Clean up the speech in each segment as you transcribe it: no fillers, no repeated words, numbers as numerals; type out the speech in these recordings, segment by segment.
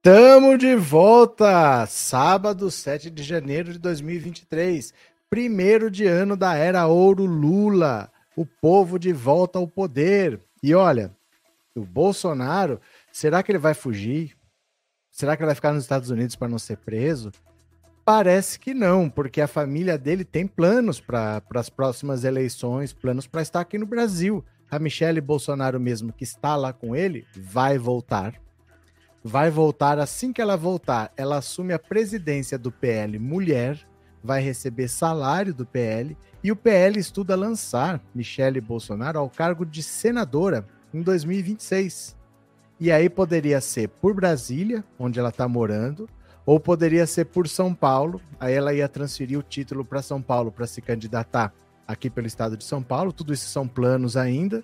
Tamo de volta! Sábado, 7 de janeiro de 2023, primeiro de ano da era ouro Lula, o povo de volta ao poder. E olha, o Bolsonaro, será que ele vai fugir? Será que ele vai ficar nos Estados Unidos para não ser preso? Parece que não, porque a família dele tem planos para as próximas eleições, planos para estar aqui no Brasil. A Michelle Bolsonaro mesmo, que está lá com ele, vai voltar. Vai voltar, assim que ela voltar, ela assume a presidência do PL Mulher, vai receber salário do PL, e o PL estuda lançar Michelle Bolsonaro ao cargo de senadora em 2026. E aí poderia ser por Brasília, onde ela está morando, ou poderia ser por São Paulo, aí ela ia transferir o título para São Paulo para se candidatar aqui pelo estado de São Paulo. Tudo isso são planos ainda.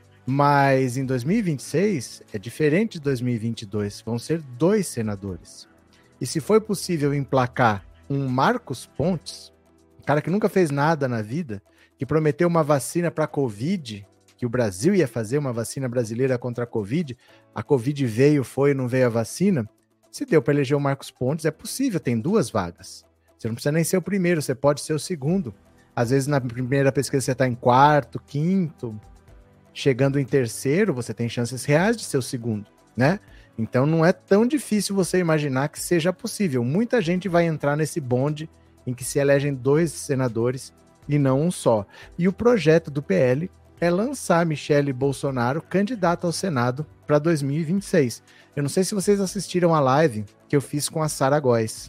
Mas em 2026 é diferente de 2022, vão ser 2 senadores. E se foi possível emplacar um Marcos Pontes, um cara que nunca fez nada na vida, que prometeu uma vacina para a Covid, que o Brasil ia fazer uma vacina brasileira contra a Covid veio, foi, não veio a vacina, se deu para eleger o Marcos Pontes, é possível, tem 2 vagas. Você não precisa nem ser o primeiro, você pode ser o segundo. Às vezes na primeira pesquisa você está em quarto, quinto... Chegando em terceiro, você tem chances reais de ser o segundo, né? Então não é tão difícil você imaginar que seja possível. Muita gente vai entrar nesse bonde em que se elegem 2 senadores e não um só. E o projeto do PL é lançar Michelle Bolsonaro candidata ao Senado para 2026. Eu não sei se vocês assistiram a live que eu fiz com a Sara Góes.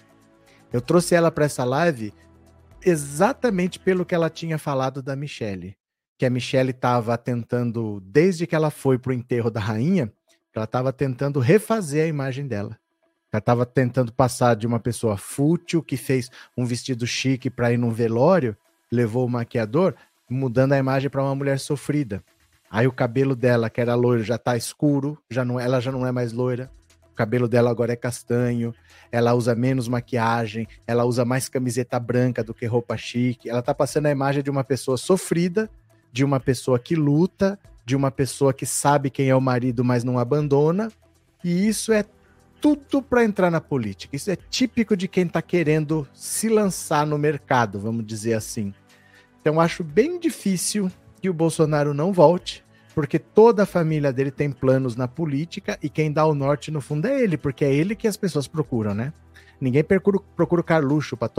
Eu trouxe ela para essa live exatamente pelo que ela tinha falado da Michelle. Que a Michelle estava tentando, desde que ela foi para o enterro da rainha, ela estava tentando refazer a imagem dela. Ela estava tentando passar de uma pessoa fútil, que fez um vestido chique para ir num velório, levou o maquiador, mudando a imagem para uma mulher sofrida. Aí o cabelo dela, que era loiro, já está escuro, ela já não é mais loira. O cabelo dela agora é castanho, ela usa menos maquiagem, ela usa mais camiseta branca do que roupa chique. Ela está passando a imagem de uma pessoa sofrida, de uma pessoa que luta, de uma pessoa que sabe quem é o marido, mas não abandona, e isso é tudo para entrar na política. Isso é típico de quem está querendo se lançar no mercado, vamos dizer assim. Então acho bem difícil que o Bolsonaro não volte, porque toda a família dele tem planos na política, e quem dá o norte no fundo é ele, porque é ele que as pessoas procuram, né? Ninguém procura o Carluxo para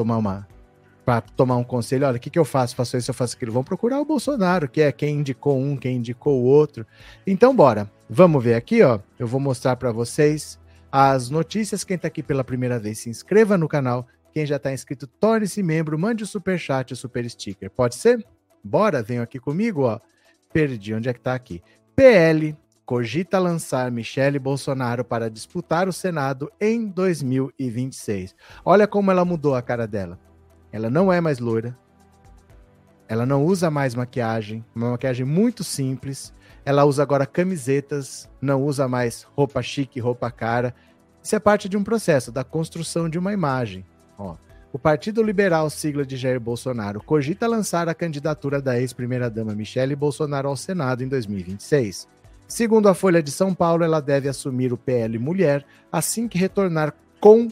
tomar um conselho. Olha, o que eu faço? Faço isso, eu faço aquilo. Vão procurar o Bolsonaro, que é quem indicou um, quem indicou o outro. Então, bora. Vamos ver aqui, ó. Eu vou mostrar para vocês as notícias. Quem tá aqui pela primeira vez, se inscreva no canal. Quem já tá inscrito, torne-se membro, mande o superchat, o super sticker. Pode ser? Bora, venham aqui comigo, ó. Perdi, onde é que tá aqui? PL cogita lançar Michelle Bolsonaro para disputar o Senado em 2026. Olha como ela mudou a cara dela. Ela não é mais loira, ela não usa mais maquiagem, uma maquiagem muito simples, ela usa agora camisetas, não usa mais roupa chique, roupa cara. Isso é parte de um processo, da construção de uma imagem. Ó, o Partido Liberal, sigla de Jair Bolsonaro, cogita lançar a candidatura da ex-primeira-dama Michelle Bolsonaro ao Senado em 2026. Segundo a Folha de São Paulo, ela deve assumir o PL Mulher assim que retornar com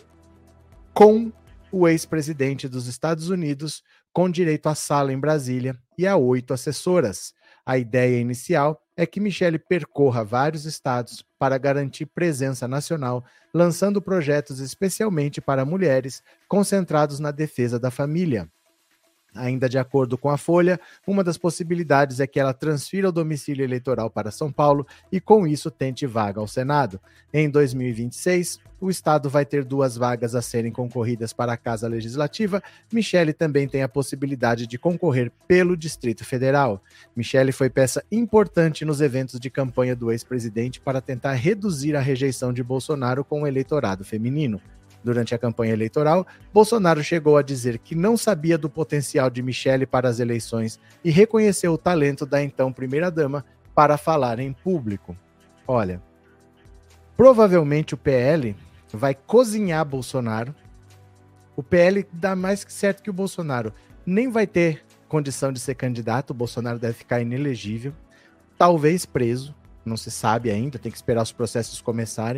o ex-presidente dos Estados Unidos, com direito à sala em Brasília e a 8 assessoras. A ideia inicial é que Michelle percorra vários estados para garantir presença nacional, lançando projetos especialmente para mulheres, concentrados na defesa da família. Ainda de acordo com a Folha, uma das possibilidades é que ela transfira o domicílio eleitoral para São Paulo e, com isso, tente vaga ao Senado. Em 2026, o Estado vai ter 2 vagas a serem concorridas para a Casa Legislativa. Michelle também tem a possibilidade de concorrer pelo Distrito Federal. Michelle foi peça importante nos eventos de campanha do ex-presidente para tentar reduzir a rejeição de Bolsonaro com o eleitorado feminino. Durante a campanha eleitoral, Bolsonaro chegou a dizer que não sabia do potencial de Michelle para as eleições e reconheceu o talento da então primeira-dama para falar em público. Olha, provavelmente o PL vai cozinhar Bolsonaro. O PL dá mais que certo que o Bolsonaro nem vai ter condição de ser candidato, o Bolsonaro deve ficar inelegível, talvez preso, não se sabe ainda, tem que esperar os processos começarem.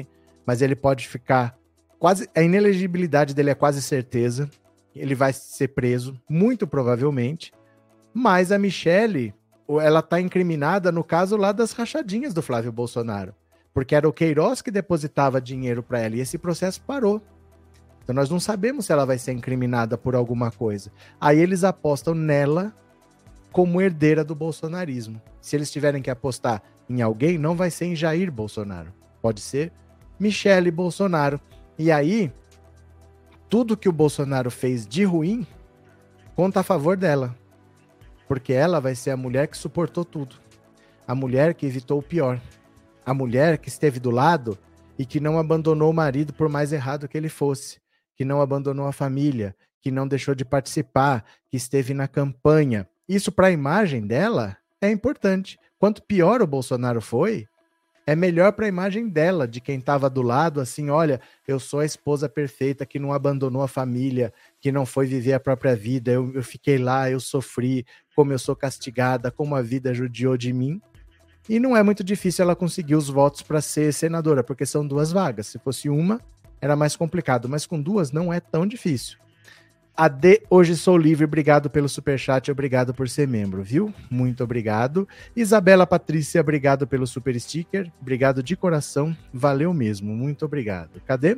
mas ele pode ficar quase... A inelegibilidade dele é quase certeza. Ele vai ser preso, muito provavelmente. Mas a Michelle, ela está incriminada no caso lá das rachadinhas do Flávio Bolsonaro. Porque era o Queiroz que depositava dinheiro para ela e esse processo parou. Então nós não sabemos se ela vai ser incriminada por alguma coisa. Aí eles apostam nela como herdeira do bolsonarismo. Se eles tiverem que apostar em alguém, não vai ser em Jair Bolsonaro. Pode ser Michelle Bolsonaro. E aí, tudo que o Bolsonaro fez de ruim conta a favor dela. Porque ela vai ser a mulher que suportou tudo. A mulher que evitou o pior. A mulher que esteve do lado e que não abandonou o marido por mais errado que ele fosse. Que não abandonou a família. Que não deixou de participar. Que esteve na campanha. Isso para a imagem dela é importante. Quanto pior o Bolsonaro foi, é melhor para a imagem dela, de quem estava do lado, assim, olha, eu sou a esposa perfeita que não abandonou a família, que não foi viver a própria vida, eu fiquei lá, eu sofri, como eu sou castigada, como a vida judiou de mim. E não é muito difícil ela conseguir os votos para ser senadora, porque são 2 vagas. Se fosse uma, era mais complicado, mas com 2 não é tão difícil. AD, hoje sou livre, obrigado pelo superchat, obrigado por ser membro, viu? Muito obrigado. Isabela Patrícia, obrigado pelo super sticker, obrigado de coração, valeu mesmo, muito obrigado. Cadê?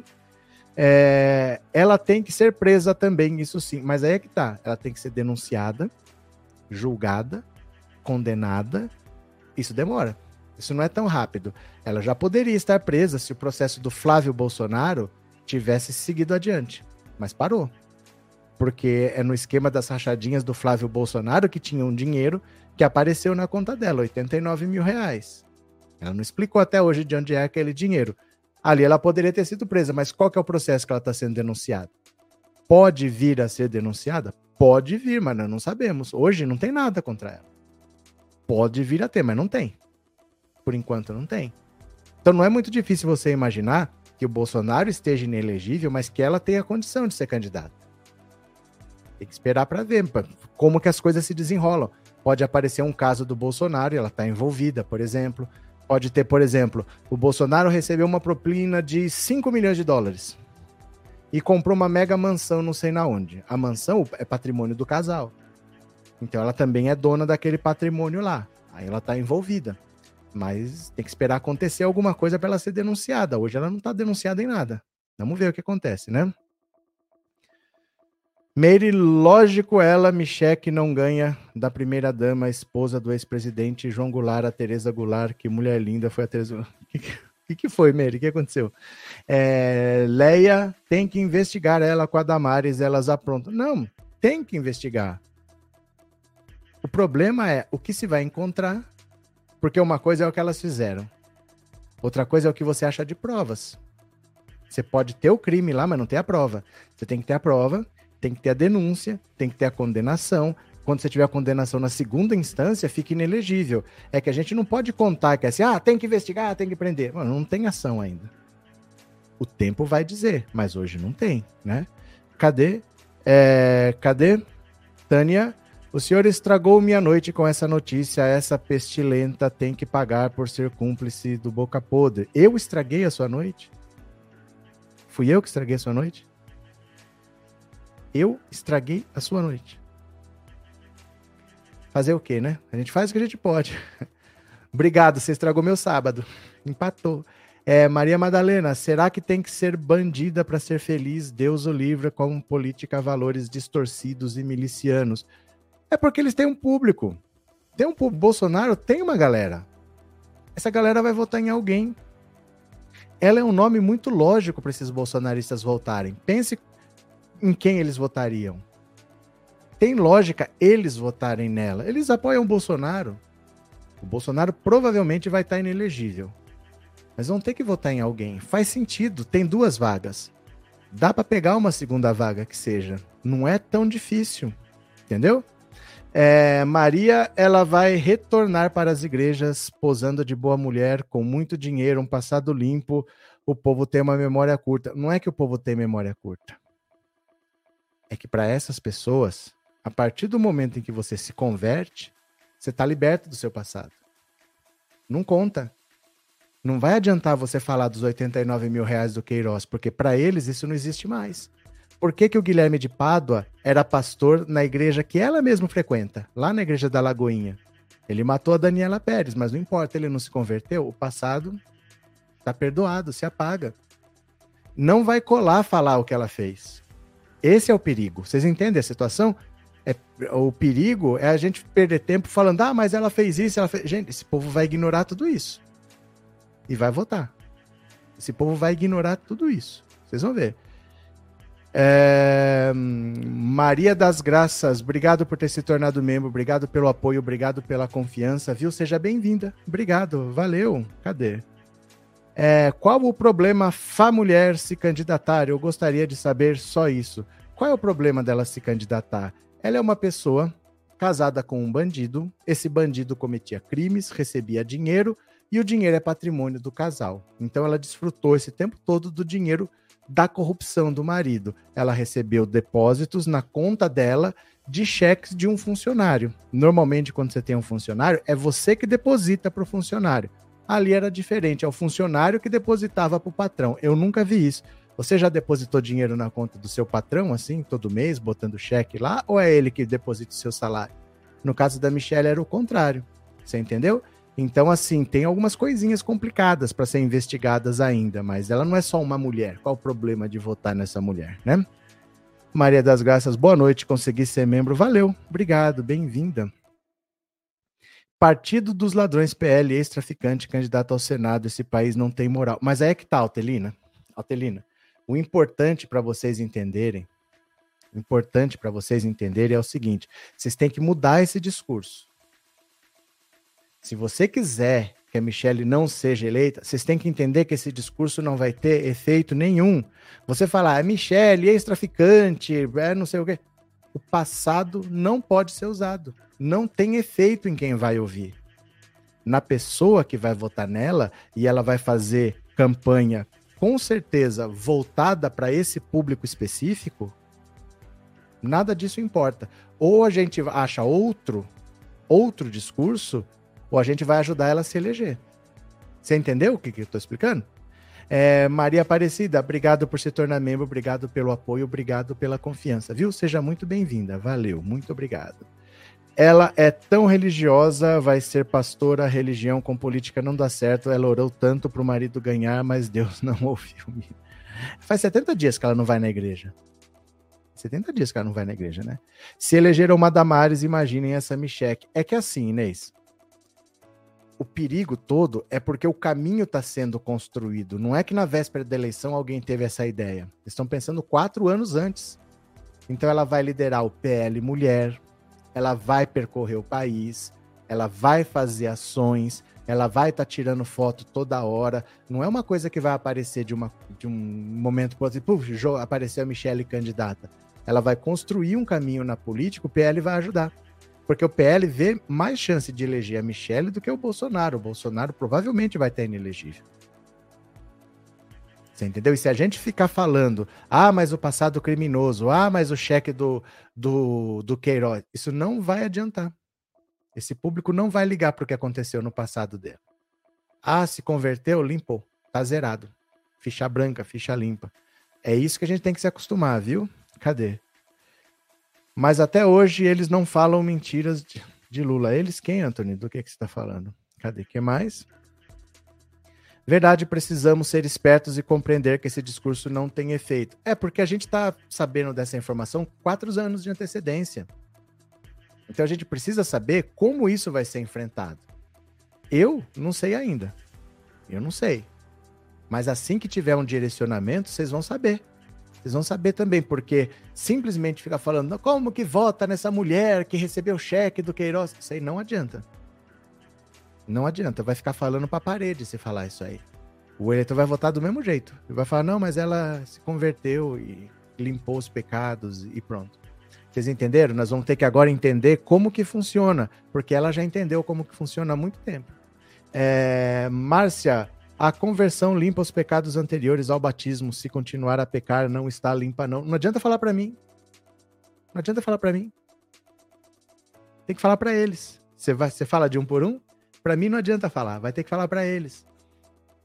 Ela tem que ser presa também, isso sim, mas aí é que tá, ela tem que ser denunciada, julgada, condenada, isso demora, isso não é tão rápido. Ela já poderia estar presa se o processo do Flávio Bolsonaro tivesse seguido adiante, mas parou. Porque é no esquema das rachadinhas do Flávio Bolsonaro que tinha um dinheiro que apareceu na conta dela, 89 mil reais. Ela não explicou até hoje de onde é aquele dinheiro. Ali ela poderia ter sido presa, mas qual que é o processo que ela está sendo denunciada? Pode vir a ser denunciada? Pode vir, mas nós não sabemos. Hoje não tem nada contra ela. Pode vir a ter, mas não tem. Por enquanto não tem. Então não é muito difícil você imaginar que o Bolsonaro esteja inelegível, mas que ela tenha condição de ser candidata. Tem que esperar para ver como que as coisas se desenrolam. Pode aparecer um caso do Bolsonaro e ela está envolvida, por exemplo. Pode ter, por exemplo, o Bolsonaro recebeu uma propina de 5 milhões de dólares e comprou uma mega mansão não sei na onde. A mansão é patrimônio do casal. Então ela também é dona daquele patrimônio lá. Aí ela está envolvida. Mas tem que esperar acontecer alguma coisa para ela ser denunciada. Hoje ela não está denunciada em nada. Vamos ver o que acontece, né? Meire, lógico, ela, Michelle, que não ganha da primeira-dama, esposa do ex-presidente João Goulart, a Tereza Goulart, que mulher linda foi a Tereza. O que foi, Meire? O que aconteceu? Leia tem que investigar ela com a Damares, elas aprontam. Não, tem que investigar. O problema é o que se vai encontrar, porque uma coisa é o que elas fizeram, outra coisa é o que você acha de provas. Você pode ter o crime lá, mas não ter a prova. Você tem que ter a prova, tem que ter a denúncia, tem que ter a condenação. Quando você tiver a condenação na segunda instância, fica inelegível. É que a gente não pode contar que é assim, tem que investigar, tem que prender. Mano, não tem ação ainda. O tempo vai dizer, mas hoje não tem, né? Cadê? Cadê? Tânia, o senhor estragou minha noite com essa notícia. Essa pestilenta tem que pagar por ser cúmplice do Boca Podre. Eu estraguei a sua noite? Fui eu que estraguei a sua noite? Eu estraguei a sua noite. Fazer o quê, né? A gente faz o que a gente pode. Obrigado, você estragou meu sábado. Empatou. Maria Madalena, será que tem que ser bandida para ser feliz? Deus o livra com política, valores distorcidos e milicianos. É porque eles têm um público. Tem um público. Bolsonaro tem uma galera. Essa galera vai votar em alguém. Ela é um nome muito lógico para esses bolsonaristas votarem. Pense em quem eles votariam. Tem lógica eles votarem nela. Eles apoiam o Bolsonaro. O Bolsonaro provavelmente vai estar inelegível. Mas vão ter que votar em alguém. Faz sentido, tem 2 vagas. Dá para pegar uma segunda vaga que seja. Não é tão difícil. Entendeu? Maria, ela vai retornar para as igrejas posando de boa mulher, com muito dinheiro, um passado limpo. O povo tem uma memória curta. Não é que o povo tem memória curta. É que para essas pessoas, a partir do momento em que você se converte, você está liberto do seu passado. Não conta. Não vai adiantar você falar dos 89 mil reais do Queiroz, porque para eles isso não existe mais. Por que que o Guilherme de Pádua era pastor na igreja que ela mesma frequenta, lá na igreja da Lagoinha? Ele matou a Daniela Pérez, mas não importa, ele não se converteu, o passado está perdoado, se apaga. Não vai colar falar o que ela fez. Esse é o perigo. Vocês entendem a situação? O perigo é a gente perder tempo falando, mas ela fez isso, ela fez... Gente, esse povo vai ignorar tudo isso. E vai votar. Esse povo vai ignorar tudo isso. Vocês vão ver. Maria das Graças, obrigado por ter se tornado membro, obrigado pelo apoio, obrigado pela confiança, viu? Seja bem-vinda. Obrigado, valeu. Cadê? Qual o problema mulher se candidatar? Eu gostaria de saber só isso. Qual é o problema dela se candidatar? Ela é uma pessoa casada com um bandido, esse bandido cometia crimes, recebia dinheiro, e o dinheiro é patrimônio do casal. Então ela desfrutou esse tempo todo do dinheiro da corrupção do marido. Ela recebeu depósitos na conta dela de cheques de um funcionário. Normalmente, quando você tem um funcionário, é você que deposita para o funcionário. Ali era diferente, é o funcionário que depositava para o patrão. Eu nunca vi isso. Você já depositou dinheiro na conta do seu patrão, assim, todo mês, botando cheque lá, ou é ele que deposita o seu salário? No caso da Michelle era o contrário. Você entendeu? Então, assim, tem algumas coisinhas complicadas para ser investigadas ainda, mas ela não é só uma mulher. Qual o problema de votar nessa mulher, né? Maria das Graças, boa noite, consegui ser membro. Valeu, obrigado, bem-vinda. Partido dos Ladrões, PL, ex-traficante, candidato ao Senado, esse país não tem moral. Mas aí é que tá, Altelina. O importante para vocês entenderem, é o seguinte, vocês têm que mudar esse discurso. Se você quiser que a Michelle não seja eleita, vocês têm que entender que esse discurso não vai ter efeito nenhum. Você falar, Michelle, ex-traficante, não sei o quê. O passado não pode ser usado. Não tem efeito em quem vai ouvir. Na pessoa que vai votar nela, e ela vai fazer campanha, com certeza, voltada para esse público específico, nada disso importa. Ou a gente acha outro discurso, ou a gente vai ajudar ela a se eleger. Você entendeu o que eu estou explicando? Maria Aparecida, obrigado por se tornar membro, obrigado pelo apoio, obrigado pela confiança, viu? Seja muito bem-vinda, valeu, muito obrigado. Ela é tão religiosa, vai ser pastora, religião com política não dá certo, ela orou tanto para o marido ganhar, mas Deus não ouviu. Faz 70 dias que ela não vai na igreja. 70 dias que ela não vai na igreja, né? Se elegeram uma Damares, imaginem essa Michelle. É que assim, Inês, o perigo todo é porque o caminho está sendo construído. Não é que na véspera da eleição alguém teve essa ideia. Eles estão pensando 4 anos antes. Então ela vai liderar o PL Mulher, ela vai percorrer o país, ela vai fazer ações, ela vai estar tirando foto toda hora. Não é uma coisa que vai aparecer de um momento para outro, apareceu a Michelle candidata. Ela vai construir um caminho na política, o PL vai ajudar. Porque o PL vê mais chance de eleger a Michelle do que o Bolsonaro. O Bolsonaro provavelmente vai estar inelegível. Você entendeu? E se a gente ficar falando, mas o passado criminoso, mas o cheque do Queiroz, isso não vai adiantar. Esse público não vai ligar para o que aconteceu no passado dele. Se converteu, limpou. Tá zerado. Ficha branca, ficha limpa. É isso que a gente tem que se acostumar, viu? Cadê? Mas até hoje eles não falam mentiras de Lula. Eles quem, Antônio? Do que você está falando? Cadê? O que mais? Verdade, precisamos ser espertos e compreender que esse discurso não tem efeito. Porque a gente está sabendo dessa informação 4 anos de antecedência. Então a gente precisa saber como isso vai ser enfrentado. Eu não sei ainda. Eu não sei. Mas assim que tiver um direcionamento, vocês vão saber. Vocês vão saber também, porque simplesmente ficar falando como que vota nessa mulher que recebeu o cheque do Queiroz, isso aí não adianta. Não adianta, vai ficar falando para a parede se falar isso aí. O eleitor vai votar do mesmo jeito. Ele vai falar, não, mas ela se converteu e limpou os pecados e pronto. Vocês entenderam? Nós vamos ter que agora entender como que funciona, porque ela já entendeu como que funciona há muito tempo. Márcia, a conversão limpa os pecados anteriores ao batismo. Se continuar a pecar, não está limpa, não. Não adianta falar para mim. Não adianta falar para mim. Tem que falar para eles. Você fala de um por um? Para mim não adianta falar. Vai ter que falar para eles.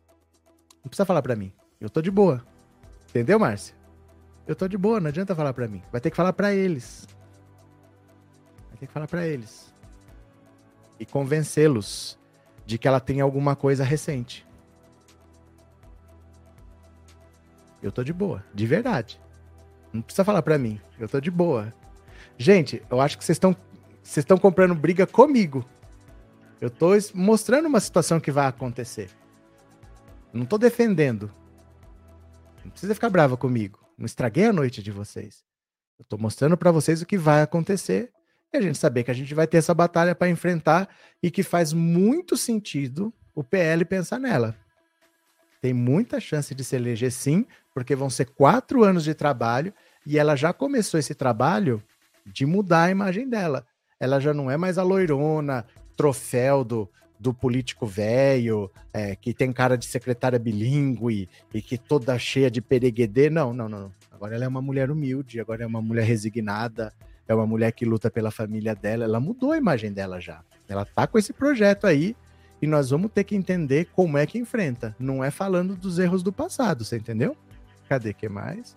Não precisa falar pra mim. Eu tô de boa. Entendeu, Márcia? Eu tô de boa, não adianta falar pra mim. Vai ter que falar pra eles. Vai ter que falar pra eles. E convencê-los de que ela tem alguma coisa recente. Eu tô de boa, de verdade. Não precisa falar pra mim. Eu tô de boa. Gente, eu acho que vocês estão comprando briga comigo. Eu tô mostrando uma situação que vai acontecer. Não tô defendendo. Não precisa ficar brava comigo. Não estraguei a noite de vocês. Eu tô mostrando pra vocês o que vai acontecer e a gente saber que a gente vai ter essa batalha pra enfrentar e que faz muito sentido o PL pensar nela. Tem muita chance de se eleger sim, porque vão ser 4 anos de trabalho e ela já começou esse trabalho de mudar a imagem dela. Ela já não é mais a loirona, troféu do político velho, que tem cara de secretária bilíngue e que toda cheia de pereguedê. Não. Agora ela é uma mulher humilde, agora é uma mulher resignada, é uma mulher que luta pela família dela. Ela mudou a imagem dela já. Ela tá com esse projeto aí e nós vamos ter que entender como é que enfrenta. Não é falando dos erros do passado, você entendeu? Cadê que mais?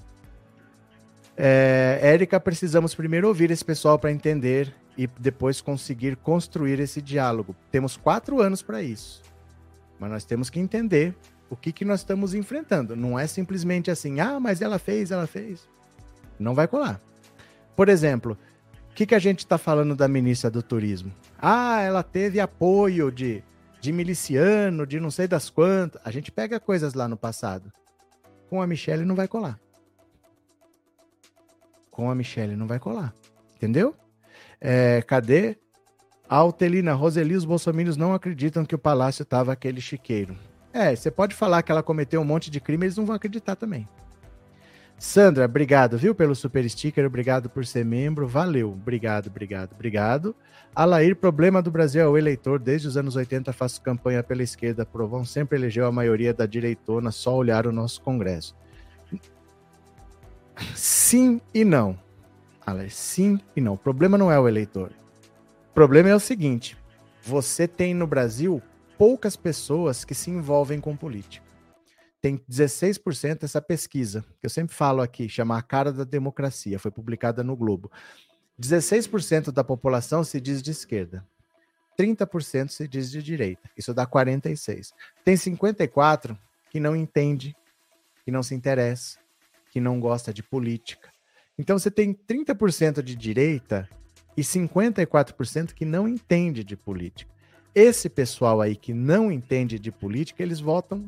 Érica, precisamos primeiro ouvir esse pessoal para entender e depois conseguir construir esse diálogo. Temos 4 anos para isso. Mas nós temos que entender o que nós estamos enfrentando. Não é simplesmente assim, mas ela fez. Não vai colar. Por exemplo, o que a gente está falando da ministra do Turismo? Ela teve apoio de miliciano, de não sei das quantas. A gente pega coisas lá no passado. Com a Michelle não vai colar. Entendeu? Cadê? Altelina, Roseli, os bolsominions não acreditam que o palácio tava aquele chiqueiro. Você pode falar que ela cometeu um monte de crime, eles não vão acreditar também. Sandra, obrigado, viu, pelo super sticker, obrigado por ser membro, valeu, obrigado. Alair, problema do Brasil é o eleitor, desde os anos 80 faço campanha pela esquerda, Provão sempre elegeu a maioria da direitona, só olhar o nosso Congresso. Sim e não. Alair, sim e não, o problema não é o eleitor. O problema é o seguinte, você tem no Brasil poucas pessoas que se envolvem com política. Tem 16% essa pesquisa, que eu sempre falo aqui, chama A Cara da Democracia, foi publicada no Globo. 16% da população se diz de esquerda, 30% se diz de direita, isso dá 46%. Tem 54% que não entende, que não se interessa, que não gosta de política. Então você tem 30% de direita e 54% que não entende de política. Esse pessoal aí que não entende de política, eles votam.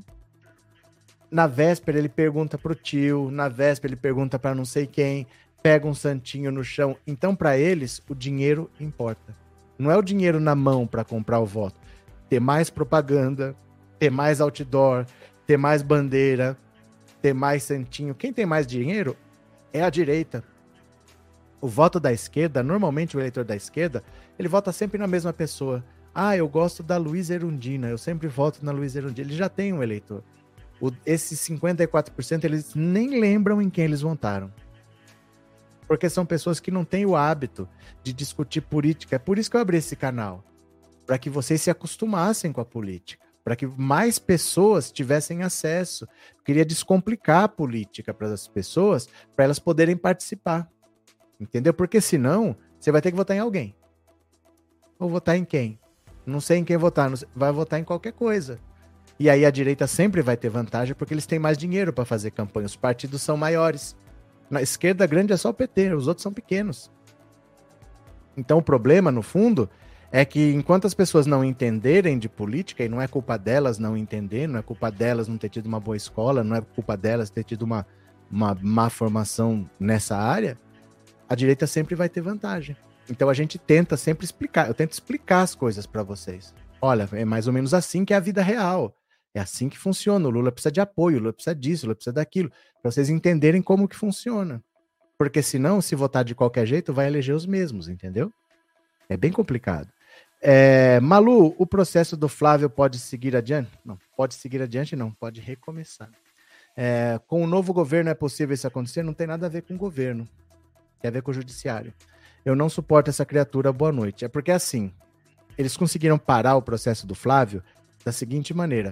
Na véspera ele pergunta pro tio, na véspera ele pergunta para não sei quem, pega um santinho no chão. Então para eles o dinheiro importa. Não é o dinheiro na mão para comprar o voto. Ter mais propaganda, ter mais outdoor, ter mais bandeira, ter mais santinho. Quem tem mais dinheiro é a direita. O voto da esquerda, normalmente o eleitor da esquerda, ele vota sempre na mesma pessoa. Eu gosto da Luísa Erundina, eu sempre voto na Luísa Erundina. Ele já tem um eleitor. Esses 54%, eles nem lembram em quem eles votaram. Porque são pessoas que não têm o hábito de discutir política. É por isso que eu abri esse canal. Para que vocês se acostumassem com a política. Para que mais pessoas tivessem acesso. Eu queria descomplicar a política para as pessoas, para elas poderem participar. Entendeu? Porque senão, você vai ter que votar em alguém. Ou votar em quem? Não sei em quem votar. Vai votar em qualquer coisa. E aí a direita sempre vai ter vantagem porque eles têm mais dinheiro para fazer campanha. Os partidos são maiores. Na esquerda grande é só o PT, os outros são pequenos. Então o problema, no fundo, é que enquanto as pessoas não entenderem de política, e não é culpa delas não entender, não é culpa delas não ter tido uma boa escola, não é culpa delas ter tido uma má formação nessa área, a direita sempre vai ter vantagem. Então a gente tenta sempre explicar, eu tento explicar as coisas para vocês. Olha, é mais ou menos assim que é a vida real. É assim que funciona. O Lula precisa de apoio, o Lula precisa disso, o Lula precisa daquilo, para vocês entenderem como que funciona. Porque senão, se votar de qualquer jeito, vai eleger os mesmos, entendeu? É bem complicado. Malu, o processo do Flávio pode seguir adiante? Não, pode seguir adiante não, pode recomeçar. Com o novo governo é possível isso acontecer? Não tem nada a ver com o governo, tem a ver com o judiciário. Eu não suporto essa criatura, boa noite. É porque assim, eles conseguiram parar o processo do Flávio da seguinte maneira.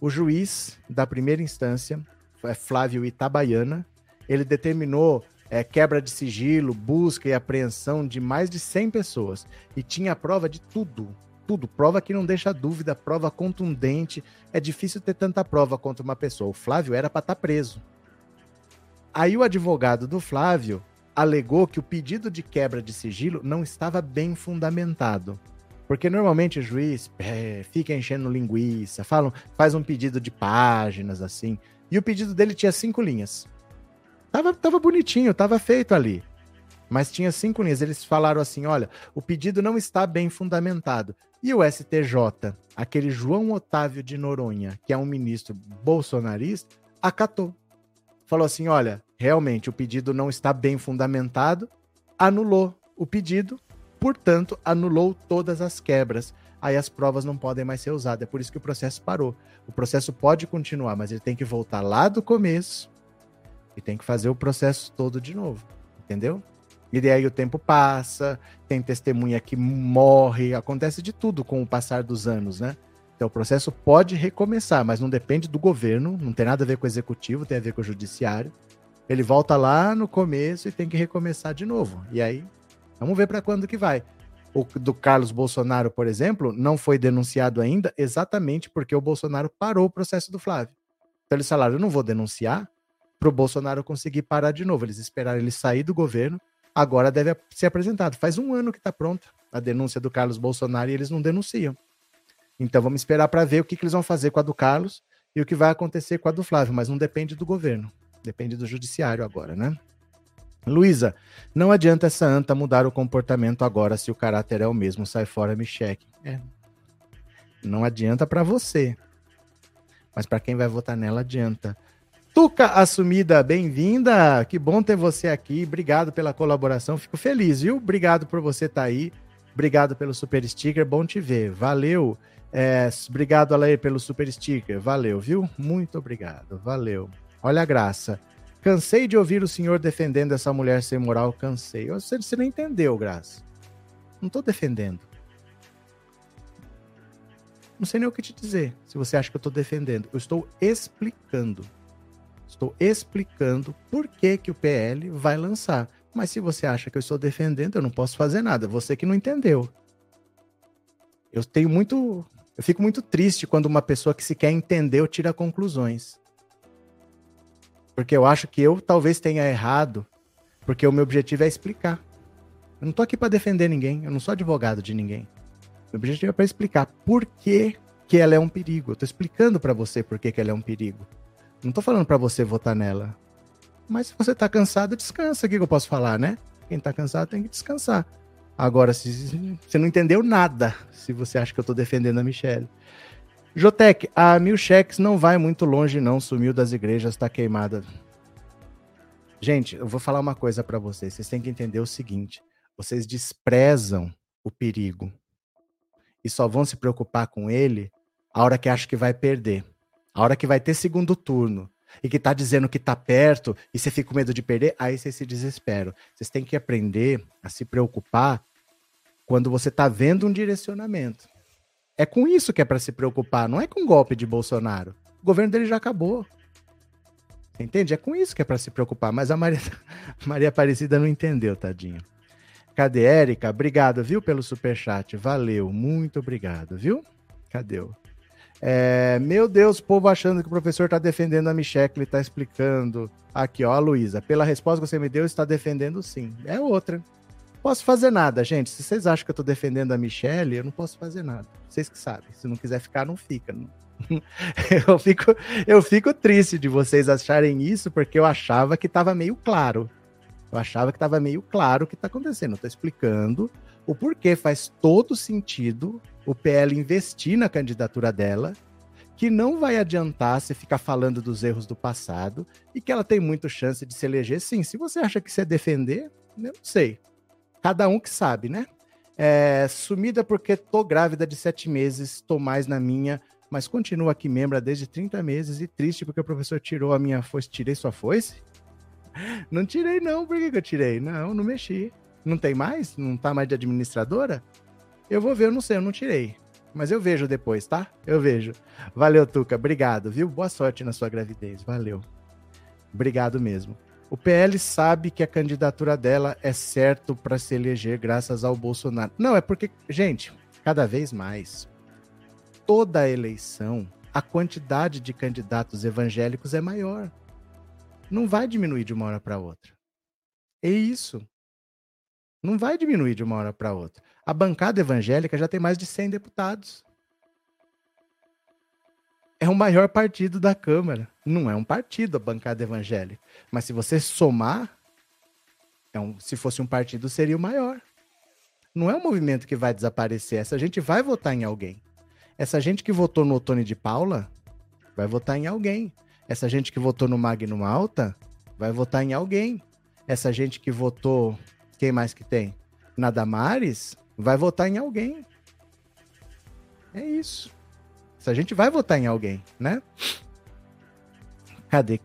O juiz da primeira instância, Flávio Itabaiana, ele determinou quebra de sigilo, busca e apreensão de mais de 100 pessoas. E tinha prova de tudo. Tudo. Prova que não deixa dúvida, prova contundente. É difícil ter tanta prova contra uma pessoa. O Flávio era para estar preso. Aí o advogado do Flávio alegou que o pedido de quebra de sigilo não estava bem fundamentado. Porque normalmente o juiz fica enchendo linguiça, faz um pedido de páginas, assim. E o pedido dele tinha 5 linhas. Tava bonitinho, tava feito ali. Mas tinha 5 linhas. Eles falaram assim, olha, o pedido não está bem fundamentado. E o STJ, aquele João Otávio de Noronha, que é um ministro bolsonarista, acatou. Falou assim, olha, realmente o pedido não está bem fundamentado, anulou o pedido, portanto, anulou todas as quebras. Aí as provas não podem mais ser usadas. É por isso que o processo parou. O processo pode continuar, mas ele tem que voltar lá do começo e tem que fazer o processo todo de novo. Entendeu? E daí o tempo passa, tem testemunha que morre, acontece de tudo com o passar dos anos, né? Então o processo pode recomeçar, mas não depende do governo, não tem nada a ver com o executivo, tem a ver com o judiciário. Ele volta lá no começo e tem que recomeçar de novo. E aí, vamos ver para quando que vai. O do Carlos Bolsonaro, por exemplo, não foi denunciado ainda exatamente porque o Bolsonaro parou o processo do Flávio. Então eles falaram, eu não vou denunciar para o Bolsonaro conseguir parar de novo. Eles esperaram ele sair do governo, agora deve ser apresentado. Faz 1 ano que está pronta a denúncia do Carlos Bolsonaro e eles não denunciam. Então vamos esperar para ver o que eles vão fazer com a do Carlos e o que vai acontecer com a do Flávio, mas não depende do governo, depende do judiciário agora, né? Luísa, não adianta essa anta mudar o comportamento agora se o caráter é o mesmo, sai fora, me cheque. Não adianta para você, mas para quem vai votar nela adianta. Tuca Assumida, bem-vinda, que bom ter você aqui, obrigado pela colaboração, fico feliz, viu? Obrigado por você estar aí, obrigado pelo super sticker, bom te ver, valeu. Obrigado, Alair, pelo super sticker, valeu, viu? Muito obrigado, valeu. Olha a graça. Cansei de ouvir o senhor defendendo essa mulher sem moral, cansei. Você não entendeu, Graça. Não estou defendendo. Não sei nem o que te dizer, se você acha que eu estou defendendo. Eu estou explicando. Estou explicando por que que o PL vai lançar. Mas se você acha que eu estou defendendo, eu não posso fazer nada. Você que não entendeu. Eu fico muito triste quando uma pessoa que sequer entendeu tira conclusões. Porque eu acho que eu talvez tenha errado, porque o meu objetivo é explicar. Eu não tô aqui para defender ninguém, eu não sou advogado de ninguém. Meu objetivo é para explicar por que que ela é um perigo. Eu tô explicando para você por que que ela é um perigo. Não tô falando para você votar nela. Mas se você tá cansado, descansa. O que eu posso falar, né? Quem tá cansado tem que descansar. Agora, se você não entendeu nada, se você acha que eu tô defendendo a Michelle. Jotec, a Milchex não vai muito longe não, sumiu das igrejas, tá queimada. Gente, eu vou falar uma coisa para vocês têm que entender o seguinte, vocês desprezam o perigo e só vão se preocupar com ele a hora que acham que vai perder, a hora que vai ter segundo turno e que tá dizendo que tá perto e você fica com medo de perder, aí vocês se desesperam. Vocês têm que aprender a se preocupar quando você tá vendo um direcionamento. É com isso que é para se preocupar, não é com o golpe de Bolsonaro. O governo dele já acabou. Entende? É com isso que é para se preocupar. Mas a Maria Aparecida não entendeu, tadinha. Cadê, Érica? Obrigado, viu, pelo superchat. Valeu, muito obrigado, viu? Cadê? Meu Deus, o povo achando que o professor está defendendo a Michelle, ele está explicando. Aqui, ó, a Luísa. Pela resposta que você me deu, está defendendo sim. É outra. Posso fazer nada, gente. Se vocês acham que eu tô defendendo a Michelle, eu não posso fazer nada. Vocês que sabem. Se não quiser ficar, não fica. Eu fico triste de vocês acharem isso, porque eu achava que estava meio claro. Eu achava que estava meio claro o que está acontecendo. Eu tô explicando o porquê faz todo sentido o PL investir na candidatura dela, que não vai adiantar você ficar falando dos erros do passado e que ela tem muita chance de se eleger. Sim, se você acha que isso é defender, eu não sei. Cada um que sabe, né? Sumida porque tô grávida de 7 meses, tô mais na minha, mas continuo aqui membra desde 30 meses e triste porque o professor tirou a minha foice. Tirei sua foice? Não tirei não, por que eu tirei? Não mexi. Não tem mais? Não tá mais de administradora? Eu vou ver, eu não sei, eu não tirei. Mas eu vejo depois, tá? Eu vejo. Valeu, Tuca. Obrigado, viu? Boa sorte na sua gravidez. Valeu. Obrigado mesmo. O PL sabe que a candidatura dela é certo para se eleger graças ao Bolsonaro. Não, é porque, gente, cada vez mais, toda eleição, a quantidade de candidatos evangélicos é maior. Não vai diminuir de uma hora para outra. É isso. Não vai diminuir de uma hora para outra. A bancada evangélica já tem mais de 100 deputados. É o maior partido da Câmara. Não é um partido a bancada evangélica. Mas se você somar, se fosse um partido, seria o maior. Não é um movimento que vai desaparecer. Essa gente vai votar em alguém. Essa gente que votou no Ottoni de Paula vai votar em alguém. Essa gente que votou no Magno Malta vai votar em alguém. Essa gente que votou... Quem mais que tem? Na Damares vai votar em alguém. É isso. Essa gente vai votar em alguém, né? Cadê?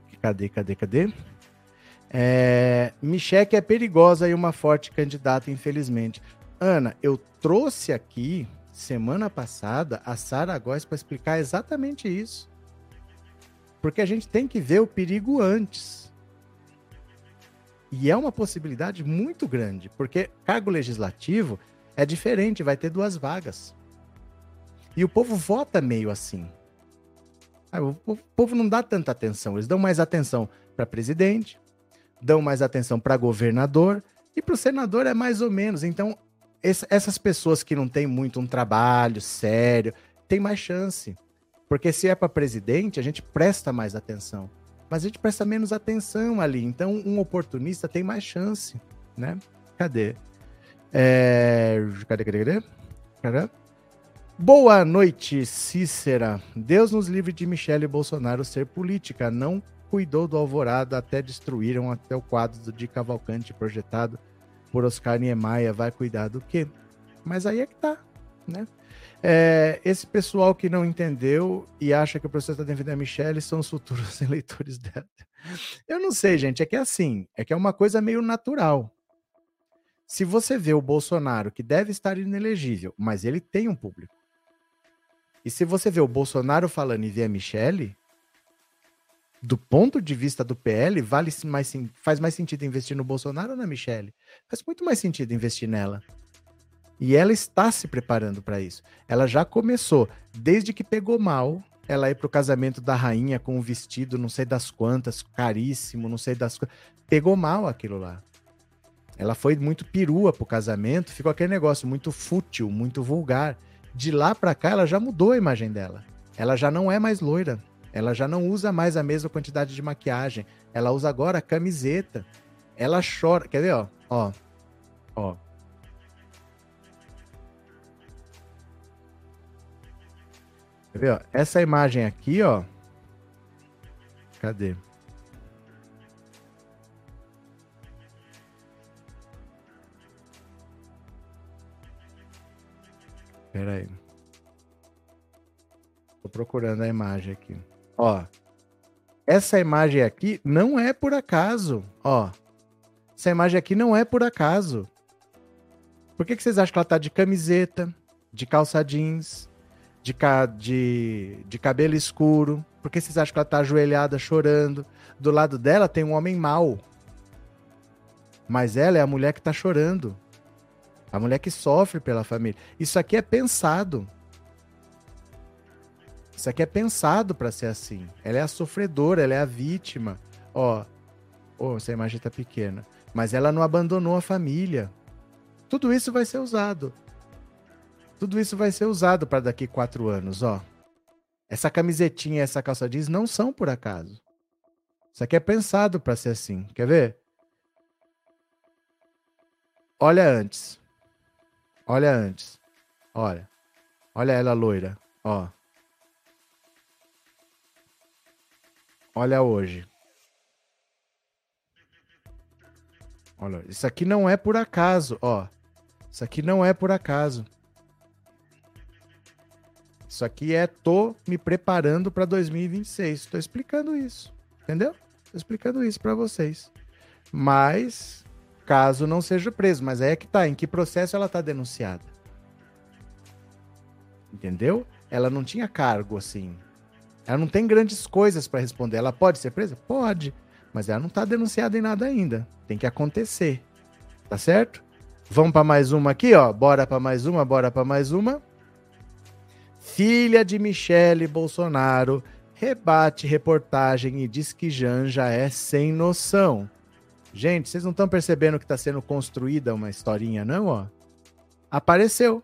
Micheque é perigosa e uma forte candidata, infelizmente. Ana, eu trouxe aqui, semana passada, a Sara Góes para explicar exatamente isso. Porque a gente tem que ver o perigo antes. E é uma possibilidade muito grande, porque cargo legislativo é diferente, vai ter 2 vagas. E o povo vota meio assim. O povo não dá tanta atenção, eles dão mais atenção para presidente, dão mais atenção para governador, e para o senador é mais ou menos. Então, essas pessoas que não têm muito um trabalho sério, têm mais chance. Porque se é para presidente, a gente presta mais atenção. Mas a gente presta menos atenção ali. Então, um oportunista tem mais chance, né? Cadê? Cadê? Boa noite, Cícera. Deus nos livre de Michele Bolsonaro ser política. Não cuidou do Alvorada, até destruíram até o quadro de Cavalcante projetado por Oscar Niemeyer. Vai cuidar do quê? Mas aí é que tá, né? Esse pessoal que não entendeu e acha que o processo está defendendo a Michele são os futuros eleitores dela. Eu não sei, gente, é que é assim, é que é uma coisa meio natural. Se você vê o Bolsonaro, que deve estar inelegível, mas ele tem um público, e se você vê o Bolsonaro falando e vê a Michele, do ponto de vista do PL, faz mais sentido investir no Bolsonaro ou na Michele? Faz muito mais sentido investir nela. E ela está se preparando para isso. Ela já começou, desde que pegou mal, ela ir pro casamento da rainha com um vestido não sei das quantas, caríssimo, não sei das quantas. Pegou mal aquilo lá. Ela foi muito perua pro casamento, ficou aquele negócio muito fútil, muito vulgar. De lá para cá, ela já mudou a imagem dela. Ela já não é mais loira. Ela já não usa mais a mesma quantidade de maquiagem. Ela usa agora camiseta. Ela chora. Quer ver, ó? Ó. Quer ver, ó? Essa imagem aqui, ó. Cadê? Pera aí. Tô procurando a imagem aqui. Ó. Essa imagem aqui não é por acaso. Ó. Essa imagem aqui não é por acaso. Por que vocês acham que ela tá de camiseta, de calça jeans, de cabelo escuro? Por que vocês acham que ela tá ajoelhada chorando? Do lado dela tem um homem mau. Mas ela é a mulher que tá chorando. A mulher que sofre pela família. Isso aqui é pensado. Isso aqui é pensado para ser assim. Ela é a sofredora, ela é a vítima. Ó, essa imagem tá pequena. Mas ela não abandonou a família. Tudo isso vai ser usado. Tudo isso vai ser usado para daqui 4 anos, ó. Essa camisetinha e essa calça jeans não são por acaso. Isso aqui é pensado para ser assim. Quer ver? Olha antes. Olha antes. Olha. Olha ela loira. Ó. Olha hoje. Olha, isso aqui não é por acaso, ó. Isso aqui não é por acaso. Isso aqui tô me preparando para 2026. Estou explicando isso, entendeu? Estou explicando isso para vocês. Mas, caso não seja preso, mas aí é que tá, em que processo ela tá denunciada? entendeu? Ela não tinha cargo, assim. Ela não tem grandes coisas para responder. Ela pode ser presa? Pode. Mas ela não está denunciada em nada ainda. Tem que acontecer. Tá certo? Vamos para mais uma aqui, ó. Bora para mais uma, bora para mais uma. Filha de Michele Bolsonaro rebate reportagem e diz que Janja é sem noção. Gente, vocês não estão percebendo que está sendo construída uma historinha, não? Ó, apareceu.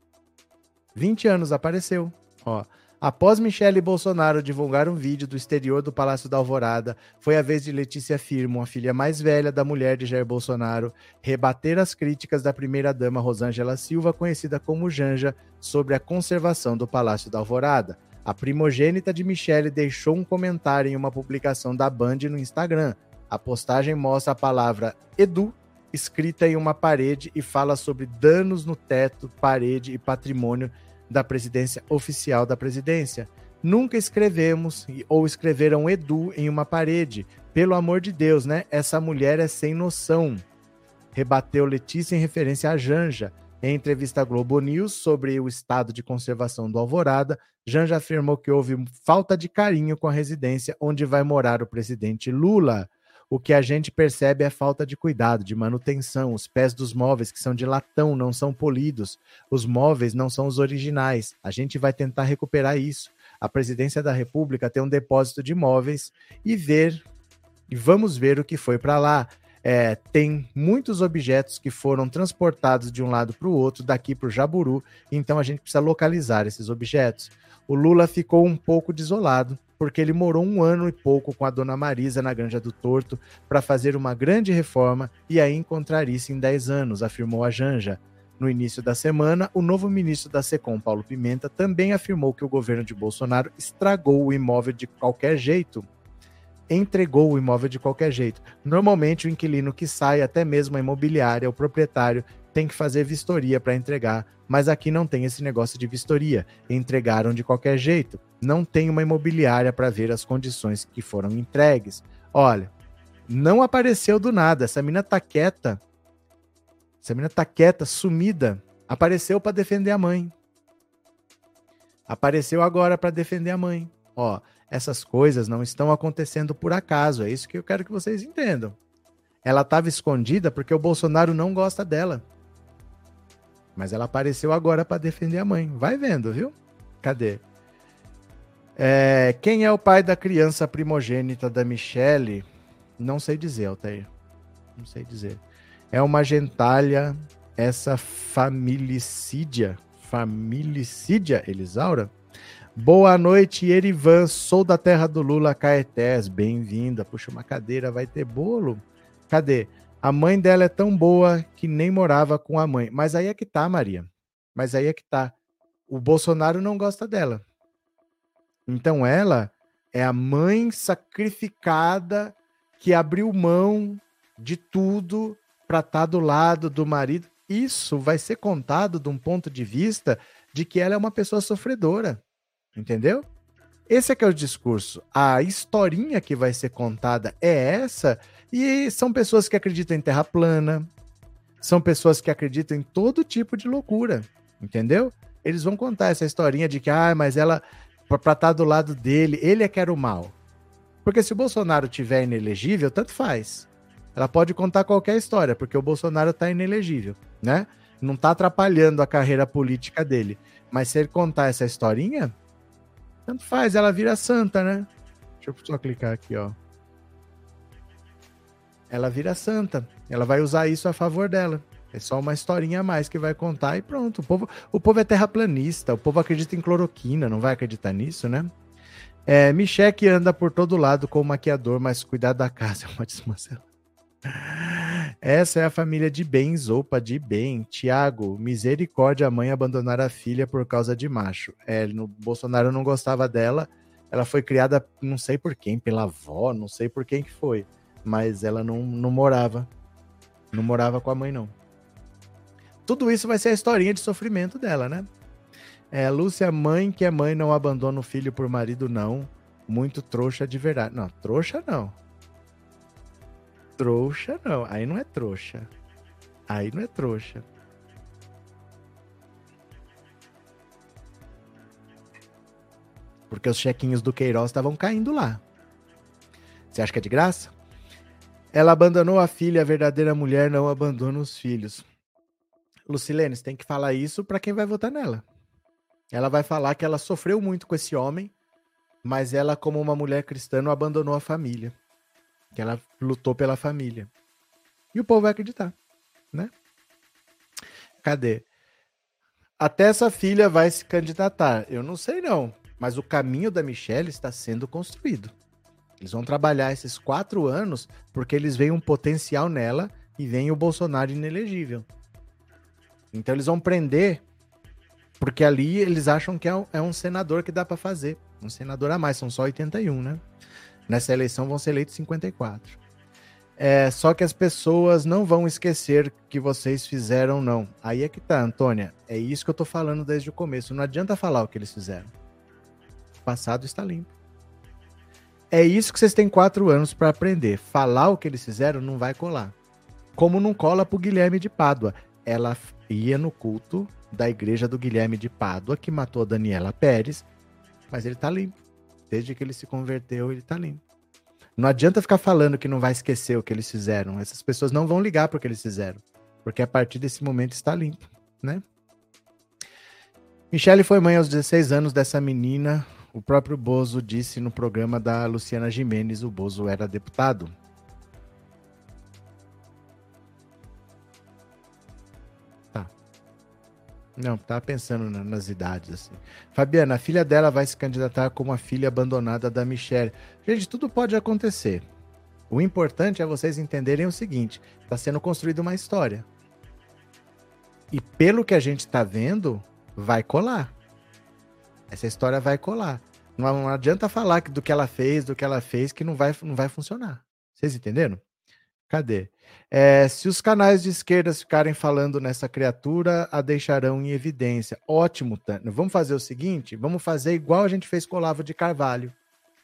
20 anos apareceu. Ó, após Michele Bolsonaro divulgar um vídeo do exterior do Palácio da Alvorada, foi a vez de Letícia Firmo, a filha mais velha da mulher de Jair Bolsonaro, rebater as críticas da primeira-dama Rosângela Silva, conhecida como Janja, sobre a conservação do Palácio da Alvorada. A primogênita de Michele deixou um comentário em uma publicação da Band no Instagram. A postagem mostra a palavra Edu escrita em uma parede e fala sobre danos no teto, parede e patrimônio da presidência oficial da presidência. Nunca escrevemos ou escreveram Edu em uma parede. Pelo amor de Deus, né? Essa mulher é sem noção. Rebateu Letícia em referência a Janja. Em entrevista à Globo News sobre o estado de conservação do Alvorada, Janja afirmou que houve falta de carinho com a residência onde vai morar o presidente Lula. O que a gente percebe é falta de cuidado, de manutenção. Os pés dos móveis, que são de latão, não são polidos. Os móveis não são os originais. A gente vai tentar recuperar isso. A Presidência da República tem um depósito de móveis e vamos ver o que foi para lá. Tem muitos objetos que foram transportados de um lado para o outro, daqui para o Jaburu, então a gente precisa localizar esses objetos. O Lula ficou um pouco desolado, porque ele morou 1 ano e pouco com a dona Marisa na Granja do Torto para fazer uma grande reforma e aí encontrar isso em 10 anos, afirmou a Janja. No início da semana, o novo ministro da Secom, Paulo Pimenta, também afirmou que o governo de Bolsonaro estragou o imóvel de qualquer jeito. Entregou o imóvel de qualquer jeito. Normalmente, o inquilino que sai, até mesmo a imobiliária, o proprietário, tem que fazer vistoria para entregar, mas aqui não tem esse negócio de vistoria. Entregaram de qualquer jeito. Não tem uma imobiliária para ver as condições que foram entregues. Olha, não apareceu do nada. Essa mina tá quieta. Essa mina tá quieta, sumida. Apareceu para defender a mãe. Apareceu agora para defender a mãe. Ó, essas coisas não estão acontecendo por acaso. É isso que eu quero que vocês entendam. Ela estava escondida porque o Bolsonaro não gosta dela. Mas ela apareceu agora para defender a mãe. Vai vendo, viu? Cadê? Quem é o pai da criança primogênita da Michele? Não sei dizer, Altair. Não sei dizer. É uma gentalha, essa familicídia. Familicídia, Elisaura? Boa noite, Erivan. Sou da terra do Lula, Caetés. Bem-vinda. Puxa uma cadeira, vai ter bolo. Cadê? A mãe dela é tão boa que nem morava com a mãe. Mas aí é que tá, Maria. Mas aí é que tá. O Bolsonaro não gosta dela. Então ela é a mãe sacrificada que abriu mão de tudo para estar do lado do marido. Isso vai ser contado de um ponto de vista de que ela é uma pessoa sofredora. Entendeu? Esse é que é o discurso. A historinha que vai ser contada é essa, e são pessoas que acreditam em terra plana, são pessoas que acreditam em todo tipo de loucura, entendeu? Eles vão contar essa historinha de que, mas ela, pra estar do lado dele, ele é que era o mal. Porque se o Bolsonaro tiver inelegível, tanto faz. Ela pode contar qualquer história, porque o Bolsonaro tá inelegível, né? Não tá atrapalhando a carreira política dele. Mas se ele contar essa historinha, tanto faz, ela vira santa, né? Deixa eu só clicar aqui, ó. Ela vira santa. Ela vai usar isso a favor dela. É só uma historinha a mais que vai contar e pronto. O povo é terraplanista, o povo acredita em cloroquina, não vai acreditar nisso, né? Michele anda por todo lado com o maquiador, mas cuidar da casa é uma desmancela. Essa é a família de bem, Zopa de bem. Tiago, misericórdia, a mãe abandonar a filha por causa de macho. No Bolsonaro não gostava dela, ela foi criada, não sei por quem, pela avó, não sei por quem que foi, mas ela não morava com a mãe, não. Tudo isso vai ser a historinha de sofrimento dela, né? Lúcia, mãe que é mãe não abandona o filho por marido, não. Muito trouxa de verdade. Não, trouxa não. Trouxa não, aí não é trouxa. Aí não é trouxa. Porque os chequinhos do Queiroz estavam caindo lá. Você acha que é de graça? Ela abandonou a filha, a verdadeira mulher não abandona os filhos. Lucilene, você tem que falar isso para quem vai votar nela. Ela vai falar que ela sofreu muito com esse homem, mas ela, como uma mulher cristã, não abandonou a família. Que ela lutou pela família. E o povo vai acreditar, né? Cadê? Até essa filha vai se candidatar. Eu não sei não, mas o caminho da Michelle está sendo construído. Eles vão trabalhar esses 4 anos porque eles veem um potencial nela e veem o Bolsonaro inelegível. Então eles vão prender porque ali eles acham que é um senador que dá para fazer. Um senador a mais, são só 81, né? Nessa eleição vão ser eleitos 54. Só que as pessoas não vão esquecer que vocês fizeram, não. Aí é que tá, Antônia. É isso que eu tô falando desde o começo. Não adianta falar o que eles fizeram. O passado está limpo. É isso que vocês têm 4 anos para aprender. Falar o que eles fizeram não vai colar. Como não cola pro Guilherme de Pádua. Ela ia no culto da igreja do Guilherme de Pádua, que matou a Daniela Pérez, mas ele tá limpo. Desde que ele se converteu, ele tá limpo. Não adianta ficar falando que não vai esquecer o que eles fizeram. Essas pessoas não vão ligar para o que eles fizeram. Porque a partir desse momento está limpo, né? Michelle foi mãe aos 16 anos dessa menina. O próprio Bozo disse no programa da Luciana Gimenez, o Bozo era deputado. Tá. Não, tava pensando nas idades, assim. Fabiana, a filha dela vai se candidatar como a filha abandonada da Michelle. Gente, tudo pode acontecer. O importante é vocês entenderem o seguinte, está sendo construída uma história. E pelo que a gente está vendo, vai colar. Essa história vai colar. Não adianta falar do que ela fez, que não vai funcionar. Vocês entenderam? Cadê? Se os canais de esquerda ficarem falando nessa criatura, a deixarão em evidência. Ótimo, Tânia. Vamos fazer o seguinte? Vamos fazer igual a gente fez com o Olavo de Carvalho.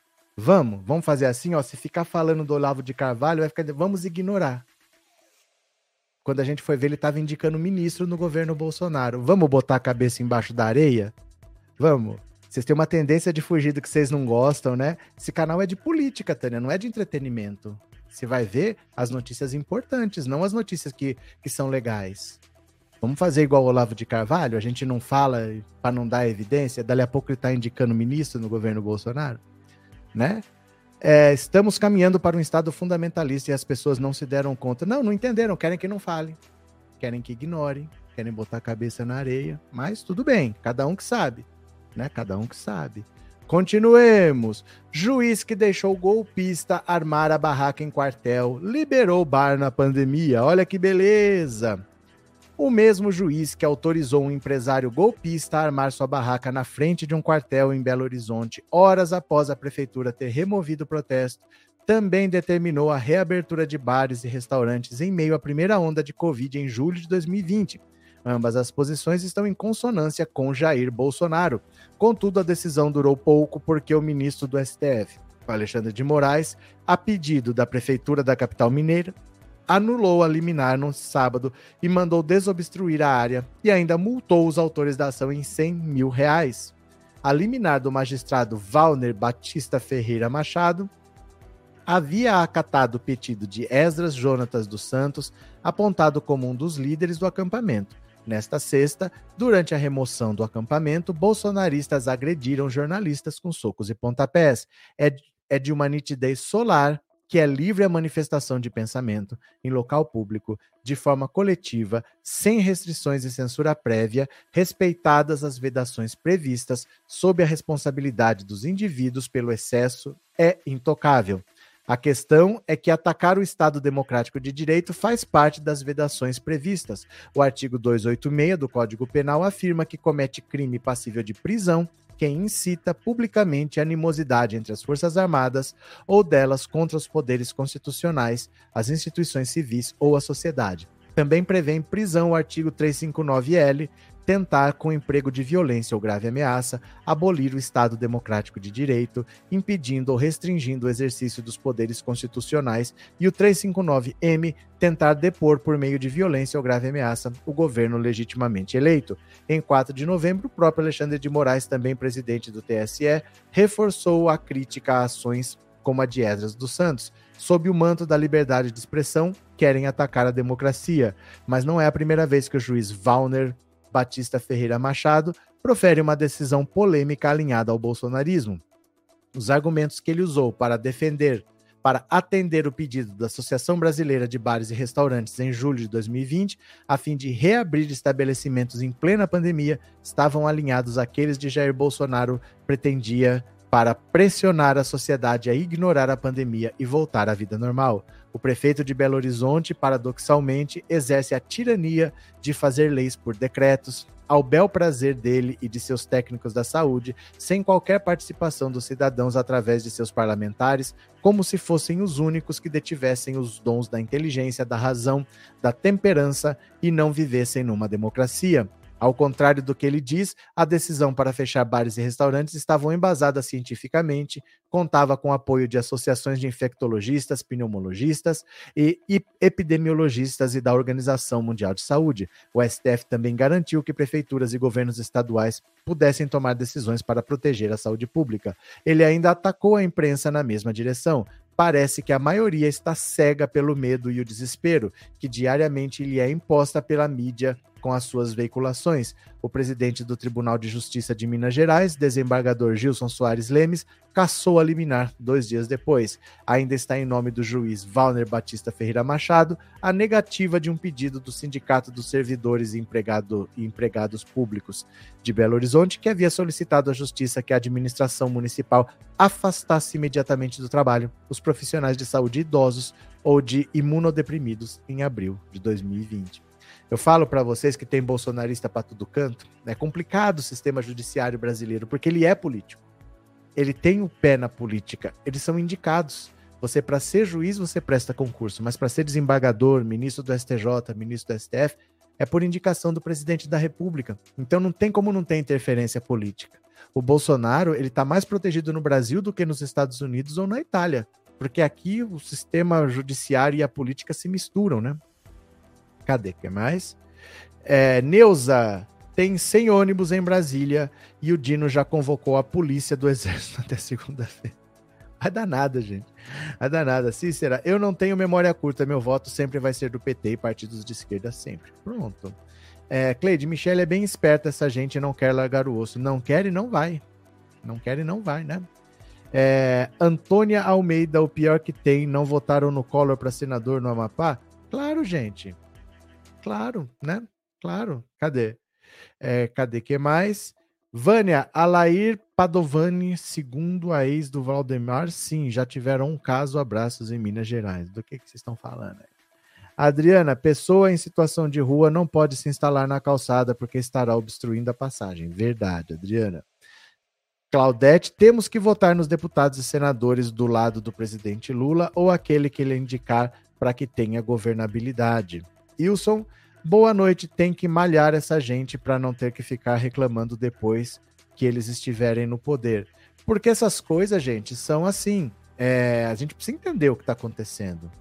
Vamos fazer assim, ó. Se ficar falando do Olavo de Carvalho, vai ficar. Vamos ignorar. Quando a gente foi ver, ele estava indicando ministro no governo Bolsonaro. Vamos botar a cabeça embaixo da areia? Vamos. Vocês têm uma tendência de fugir do que vocês não gostam, né? Esse canal é de política, Tânia, não é de entretenimento. Você vai ver as notícias importantes, não as notícias que são legais. Vamos fazer igual o Olavo de Carvalho? A gente não fala para não dar evidência, dali a pouco ele está indicando ministro no governo Bolsonaro, né? Estamos caminhando para um estado fundamentalista e as pessoas não se deram conta. Não entenderam, querem que não fale, querem que ignore, querem botar a cabeça na areia, mas tudo bem, cada um que sabe, né? Cada um que sabe. Continuemos. Juiz que deixou golpista armar a barraca em quartel, liberou bar na pandemia. Olha que beleza! O mesmo juiz que autorizou um empresário golpista a armar sua barraca na frente de um quartel em Belo Horizonte, horas após a prefeitura ter removido o protesto, também determinou a reabertura de bares e restaurantes em meio à primeira onda de Covid em julho de 2020. Ambas as posições estão em consonância com Jair Bolsonaro. Contudo, a decisão durou pouco porque o ministro do STF, Alexandre de Moraes, a pedido da prefeitura da capital mineira, anulou a liminar no sábado e mandou desobstruir a área e ainda multou os autores da ação em R$100 mil. A liminar do magistrado Valner Batista Ferreira Machado havia acatado o pedido de Esdras Jonatas dos Santos, apontado como um dos líderes do acampamento. Nesta sexta, durante a remoção do acampamento, bolsonaristas agrediram jornalistas com socos e pontapés. É de uma nitidez solar que é livre a manifestação de pensamento em local público, de forma coletiva, sem restrições e censura prévia, respeitadas as vedações previstas, sob a responsabilidade dos indivíduos pelo excesso, é intocável. A questão é que atacar o Estado Democrático de Direito faz parte das vedações previstas. O artigo 286 do Código Penal afirma que comete crime passível de prisão quem incita publicamente a animosidade entre as Forças Armadas ou delas contra os poderes constitucionais, as instituições civis ou a sociedade. Também prevê em prisão o artigo 359-L, tentar, com emprego de violência ou grave ameaça, abolir o Estado democrático de direito, impedindo ou restringindo o exercício dos poderes constitucionais, e o 359-M, tentar depor por meio de violência ou grave ameaça o governo legitimamente eleito. Em 4 de novembro, o próprio Alexandre de Moraes, também presidente do TSE, reforçou a crítica a ações como a de Esdras dos Santos. Sob o manto da liberdade de expressão, querem atacar a democracia. Mas não é a primeira vez que o juiz Wagner Batista Ferreira Machado profere uma decisão polêmica alinhada ao bolsonarismo. Os argumentos que ele usou para atender o pedido da Associação Brasileira de Bares e Restaurantes em julho de 2020, a fim de reabrir estabelecimentos em plena pandemia, estavam alinhados àqueles de Jair Bolsonaro pretendia para pressionar a sociedade a ignorar a pandemia e voltar à vida normal. O prefeito de Belo Horizonte, paradoxalmente, exerce a tirania de fazer leis por decretos, ao bel prazer dele e de seus técnicos da saúde, sem qualquer participação dos cidadãos através de seus parlamentares, como se fossem os únicos que detivessem os dons da inteligência, da razão, da temperança e não vivessem numa democracia. Ao contrário do que ele diz, a decisão para fechar bares e restaurantes estava embasada cientificamente, contava com o apoio de associações de infectologistas, pneumologistas e epidemiologistas e da Organização Mundial de Saúde. O STF também garantiu que prefeituras e governos estaduais pudessem tomar decisões para proteger a saúde pública. Ele ainda atacou a imprensa na mesma direção. Parece que a maioria está cega pelo medo e o desespero, que diariamente lhe é imposta pela mídia com as suas veiculações. O presidente do Tribunal de Justiça de Minas Gerais, desembargador Gilson Soares Lemes, cassou a liminar 2 dias depois. Ainda está em nome do juiz Wagner Batista Ferreira Machado a negativa de um pedido do Sindicato dos Servidores e Empregados Públicos de Belo Horizonte, que havia solicitado à Justiça que a administração municipal afastasse imediatamente do trabalho os profissionais de saúde idosos ou de imunodeprimidos em abril de 2020. Eu falo para vocês que tem bolsonarista para todo canto, é complicado o sistema judiciário brasileiro, porque ele é político. Ele tem o pé na política, eles são indicados. Você, para ser juiz, você presta concurso, mas para ser desembargador, ministro do STJ, ministro do STF, é por indicação do presidente da República. Então não tem como não ter interferência política. O Bolsonaro, ele está mais protegido no Brasil do que nos Estados Unidos ou na Itália, porque aqui o sistema judiciário e a política se misturam, né? Cadê? Que mais? Neuza, tem 100 ônibus em Brasília e o Dino já convocou a polícia do exército até segunda-feira. Vai dar nada, gente. Vai dar nada. Cícera, eu não tenho memória curta. Meu voto sempre vai ser do PT e partidos de esquerda sempre. Pronto. Cleide, Michele é bem esperta. Essa gente não quer largar o osso. Não quer e não vai. Não quer e não vai, né? Antônia Almeida, o pior que tem, não votaram no Collor para senador no Amapá? Claro, gente. Claro, né? Claro. Cadê? Cadê que mais? Vânia, Alair Padovani, segundo a ex do Valdemar, sim, já tiveram um caso, abraços em Minas Gerais. Do que vocês estão falando aí? Adriana, pessoa em situação de rua não pode se instalar na calçada porque estará obstruindo a passagem. Verdade, Adriana. Claudete, temos que votar nos deputados e senadores do lado do presidente Lula ou aquele que ele indicar para que tenha governabilidade. Wilson, boa noite, tem que malhar essa gente para não ter que ficar reclamando depois que eles estiverem no poder. Porque essas coisas, gente, são assim, a gente precisa entender o que está acontecendo.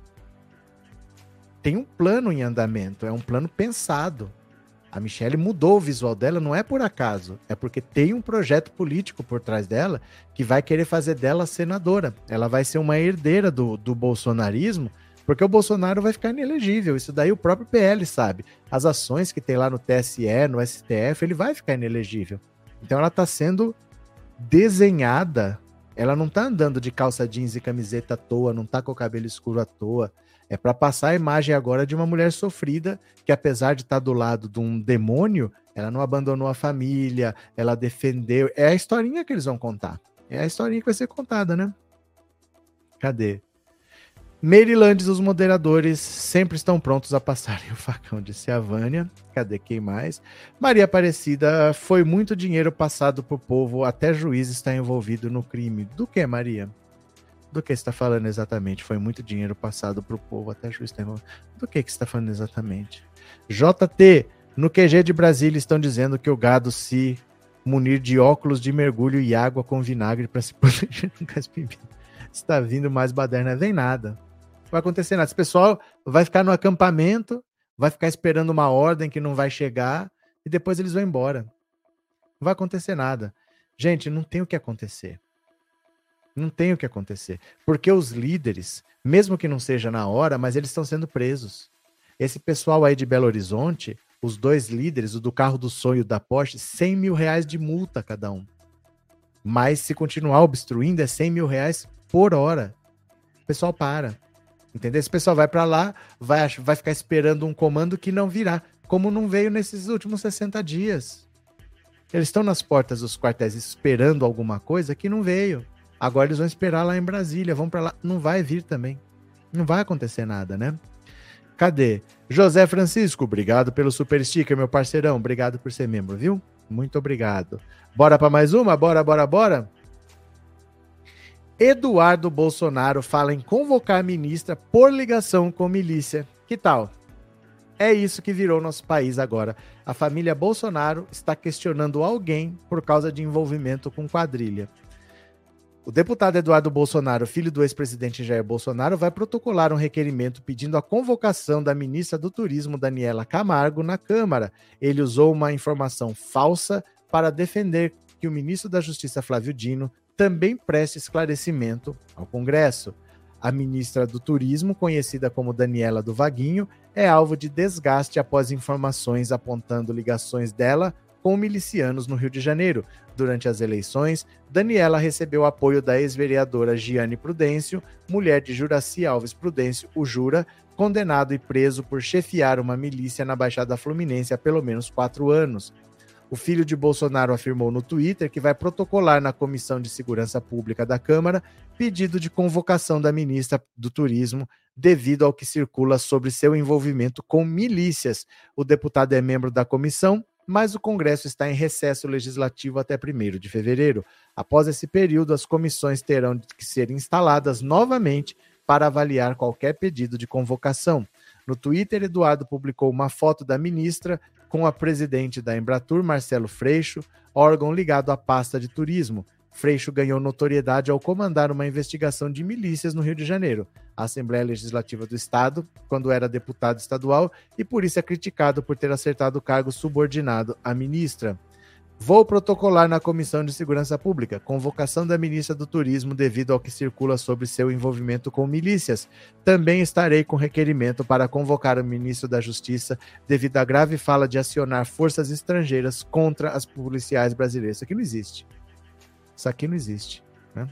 Tem um plano em andamento, é um plano pensado. A Michelle mudou o visual dela, não é por acaso, é porque tem um projeto político por trás dela que vai querer fazer dela senadora. Ela vai ser uma herdeira do bolsonarismo, porque o Bolsonaro vai ficar inelegível. Isso daí o próprio PL sabe. As ações que tem lá no TSE, no STF, ele vai ficar inelegível. Então ela está sendo desenhada. Ela não está andando de calça jeans e camiseta à toa, não está com o cabelo escuro à toa. É para passar a imagem agora de uma mulher sofrida, que apesar de estar do lado de um demônio, ela não abandonou a família, ela defendeu. É a historinha que eles vão contar. É a historinha que vai ser contada, né? Cadê? Marylandes, os moderadores sempre estão prontos a passarem o facão, disse a Vânia. Cadê quem mais? Maria Aparecida, foi muito dinheiro passado pro povo, até juiz está envolvido no crime. Do que, Maria? Do que você está falando exatamente? Foi muito dinheiro passado pro povo, até juiz está envolvido. Do que você está falando exatamente? JT, No QG de Brasília estão dizendo que o gado se munir de óculos de mergulho e água com vinagre para se proteger do gás pimenta. Está vindo mais baderna, vem nada. Não vai acontecer nada. Esse pessoal vai ficar no acampamento, vai ficar esperando uma ordem que não vai chegar e depois eles vão embora. Não vai acontecer nada. Gente, não tem o que acontecer. Não tem o que acontecer. Porque os líderes, mesmo que não seja na hora, mas eles estão sendo presos. Esse pessoal aí de Belo Horizonte, os dois líderes, o do carro do sonho da Porsche, R$100 mil de multa cada um. Mas se continuar obstruindo, é R$100 mil por hora. O pessoal para. Entendeu? Esse pessoal vai para lá, vai ficar esperando um comando que não virá, como não veio nesses últimos 60 dias. Eles estão nas portas dos quartéis esperando alguma coisa que não veio. Agora eles vão esperar lá em Brasília, vão para lá. Não vai vir também. Não vai acontecer nada, né? Cadê? José Francisco, obrigado pelo super sticker, meu parceirão. Obrigado por ser membro, viu? Muito obrigado. Bora para mais uma? Bora. Eduardo Bolsonaro fala em convocar a ministra por ligação com milícia. Que tal? É isso que virou nosso país agora. A família Bolsonaro está questionando alguém por causa de envolvimento com quadrilha. O deputado Eduardo Bolsonaro, filho do ex-presidente Jair Bolsonaro, vai protocolar um requerimento pedindo a convocação da ministra do Turismo, Daniela Camargo, na Câmara. Ele usou uma informação falsa para defender que o ministro da Justiça, Flávio Dino, também preste esclarecimento ao Congresso. A ministra do Turismo, conhecida como Daniela do Vaguinho, é alvo de desgaste após informações apontando ligações dela com milicianos no Rio de Janeiro. Durante as eleições, Daniela recebeu apoio da ex-vereadora Giane Prudêncio, mulher de Juraci Alves Prudêncio, o Jura, condenado e preso por chefiar uma milícia na Baixada Fluminense há pelo menos 4 anos. O filho de Bolsonaro afirmou no Twitter que vai protocolar na Comissão de Segurança Pública da Câmara pedido de convocação da ministra do Turismo devido ao que circula sobre seu envolvimento com milícias. O deputado é membro da comissão, mas o Congresso está em recesso legislativo até 1º de fevereiro. Após esse período, as comissões terão que ser instaladas novamente para avaliar qualquer pedido de convocação. No Twitter, Eduardo publicou uma foto da ministra com a presidente da Embratur, Marcelo Freixo, órgão ligado à pasta de turismo. Freixo ganhou notoriedade ao comandar uma investigação de milícias no Rio de Janeiro, a Assembleia Legislativa do Estado, quando era deputado estadual, e por isso é criticado por ter acertado o cargo subordinado à ministra. Vou protocolar na Comissão de Segurança Pública convocação da ministra do Turismo devido ao que circula sobre seu envolvimento com milícias. Também estarei com requerimento para convocar o ministro da Justiça devido à grave fala de acionar forças estrangeiras contra as policiais brasileiras. Isso aqui não existe. Isso aqui não existe, né?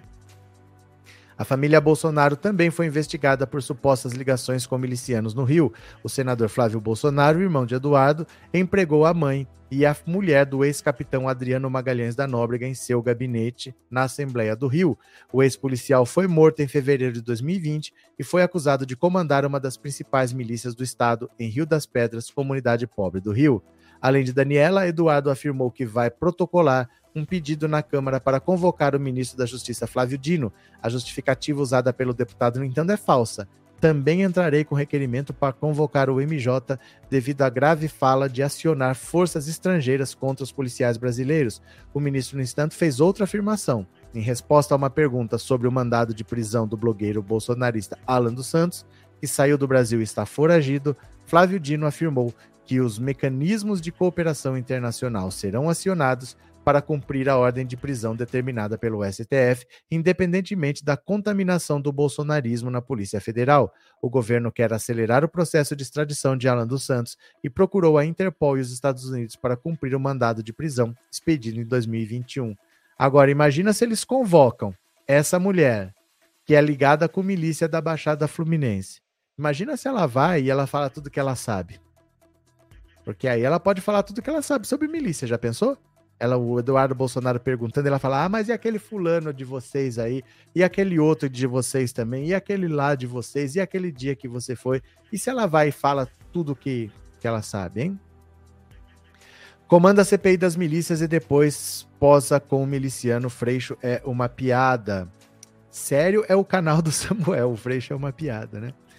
A família Bolsonaro também foi investigada por supostas ligações com milicianos no Rio. O senador Flávio Bolsonaro, irmão de Eduardo, empregou a mãe e a mulher do ex-capitão Adriano Magalhães da Nóbrega em seu gabinete na Assembleia do Rio. O ex-policial foi morto em fevereiro de 2020 e foi acusado de comandar uma das principais milícias do estado em Rio das Pedras, comunidade pobre do Rio. Além de Daniela, Eduardo afirmou que vai protocolar um pedido na Câmara para convocar o ministro da Justiça, Flávio Dino. A justificativa usada pelo deputado, no entanto, é falsa. Também entrarei com requerimento para convocar o MJ devido à grave fala de acionar forças estrangeiras contra os policiais brasileiros. O ministro, no entanto, fez outra afirmação. Em resposta a uma pergunta sobre o mandado de prisão do blogueiro bolsonarista Alan dos Santos, que saiu do Brasil e está foragido, Flávio Dino afirmou que os mecanismos de cooperação internacional serão acionados para cumprir a ordem de prisão determinada pelo STF, independentemente da contaminação do bolsonarismo na Polícia Federal. O governo quer acelerar o processo de extradição de Alan dos Santos e procurou a Interpol e os Estados Unidos para cumprir o mandado de prisão expedido em 2021. Agora, imagina se eles convocam essa mulher, que é ligada com a milícia da Baixada Fluminense. Imagina se ela vai e ela fala tudo que ela sabe. Porque aí ela pode falar tudo que ela sabe sobre milícia, já pensou? O Eduardo Bolsonaro perguntando, ela fala, mas e aquele fulano de vocês aí? E aquele outro de vocês também? E aquele lá de vocês? E aquele dia que você foi? E se ela vai e fala tudo que ela sabe, hein? Comanda a CPI das milícias e depois posa com o miliciano. Freixo é uma piada. Sério, é o canal do Samuel. O Freixo é uma piada, né?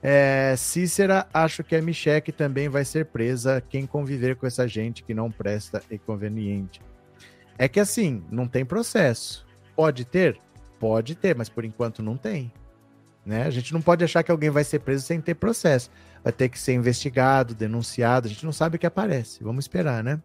Cícera, acho que a Micheque também vai ser presa. Quem conviver com essa gente que não presta é conveniente. É que assim, não tem processo. Pode ter? Pode ter, mas por enquanto não tem. Né? A gente não pode achar que alguém vai ser preso sem ter processo. Vai ter que ser investigado, denunciado. A gente não sabe o que aparece. Vamos esperar, né?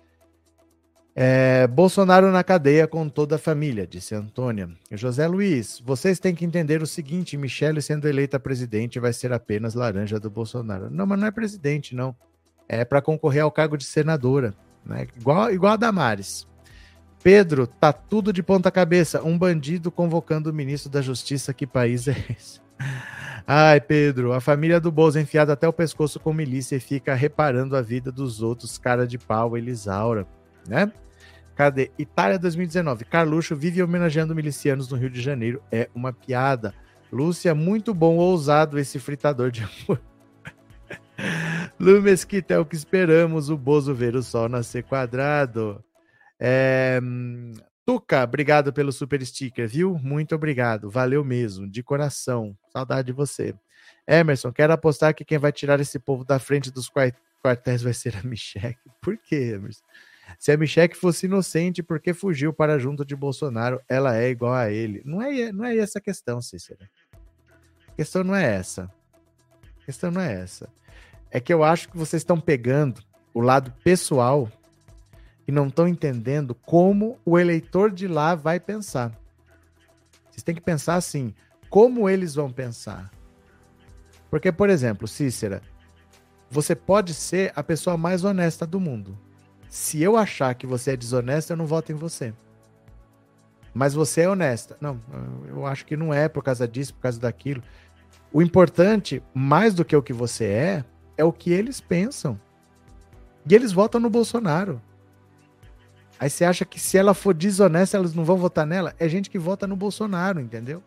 Bolsonaro na cadeia com toda a família, disse Antônia. José Luiz, vocês têm que entender o seguinte, Michele sendo eleita presidente vai ser apenas laranja do Bolsonaro. Não, mas não é presidente, não. É para concorrer ao cargo de senadora, né? Igual a Damares. Pedro, tá tudo de ponta cabeça. Um bandido convocando o ministro da Justiça. Que país é esse? Ai, Pedro, a família do Bozo enfiada até o pescoço com milícia e fica reparando a vida dos outros. Cara de pau, Elisaura, né? Cadê? Itália 2019. Carluxo vive homenageando milicianos no Rio de Janeiro. É uma piada. Lúcia, muito bom, ousado esse fritador de amor. Lu Mesquita, é o que esperamos. O Bozo ver o sol nascer quadrado. Tuca, obrigado pelo super sticker, viu? Muito obrigado. Valeu mesmo, de coração. Saudade de você. Emerson, quero apostar que quem vai tirar esse povo da frente dos quartéis vai ser a Micheque. Por quê, Emerson? Se a Micheque fosse inocente, por que fugiu para junto de Bolsonaro? Ela é igual a ele. Não é essa a questão, Cícera. A questão não é essa. A questão não é essa. É que eu acho que vocês estão pegando o lado pessoal e não estão entendendo como o eleitor de lá vai pensar. Vocês têm que pensar assim, como eles vão pensar. Porque, por exemplo, Cícera, você pode ser a pessoa mais honesta do mundo. Se eu achar que você é desonesta, eu não voto em você. Mas você é honesta. Não, eu acho que não é por causa disso, por causa daquilo. O importante, mais do que o que você é o que eles pensam. E eles votam no Bolsonaro. Aí você acha que se ela for desonesta, elas não vão votar nela? É gente que vota no Bolsonaro, entendeu?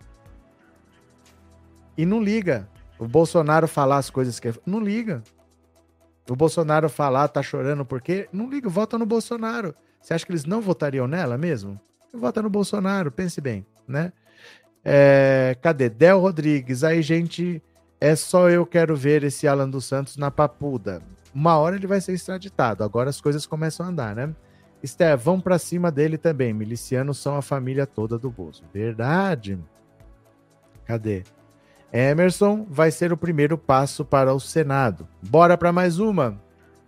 E não liga. O Bolsonaro falar as coisas que... Não liga. O Bolsonaro falar, tá chorando por quê? Não liga, vota no Bolsonaro. Você acha que eles não votariam nela mesmo? Vota no Bolsonaro, pense bem, né? Cadê? Del Rodrigues, aí gente, só eu quero ver esse Alan dos Santos na papuda. Uma hora ele vai ser extraditado, agora as coisas começam a andar, né? Esther, vão pra cima dele também, milicianos são a família toda do Bozo. Verdade. Cadê? Emerson vai ser o primeiro passo para o Senado. Bora para mais uma.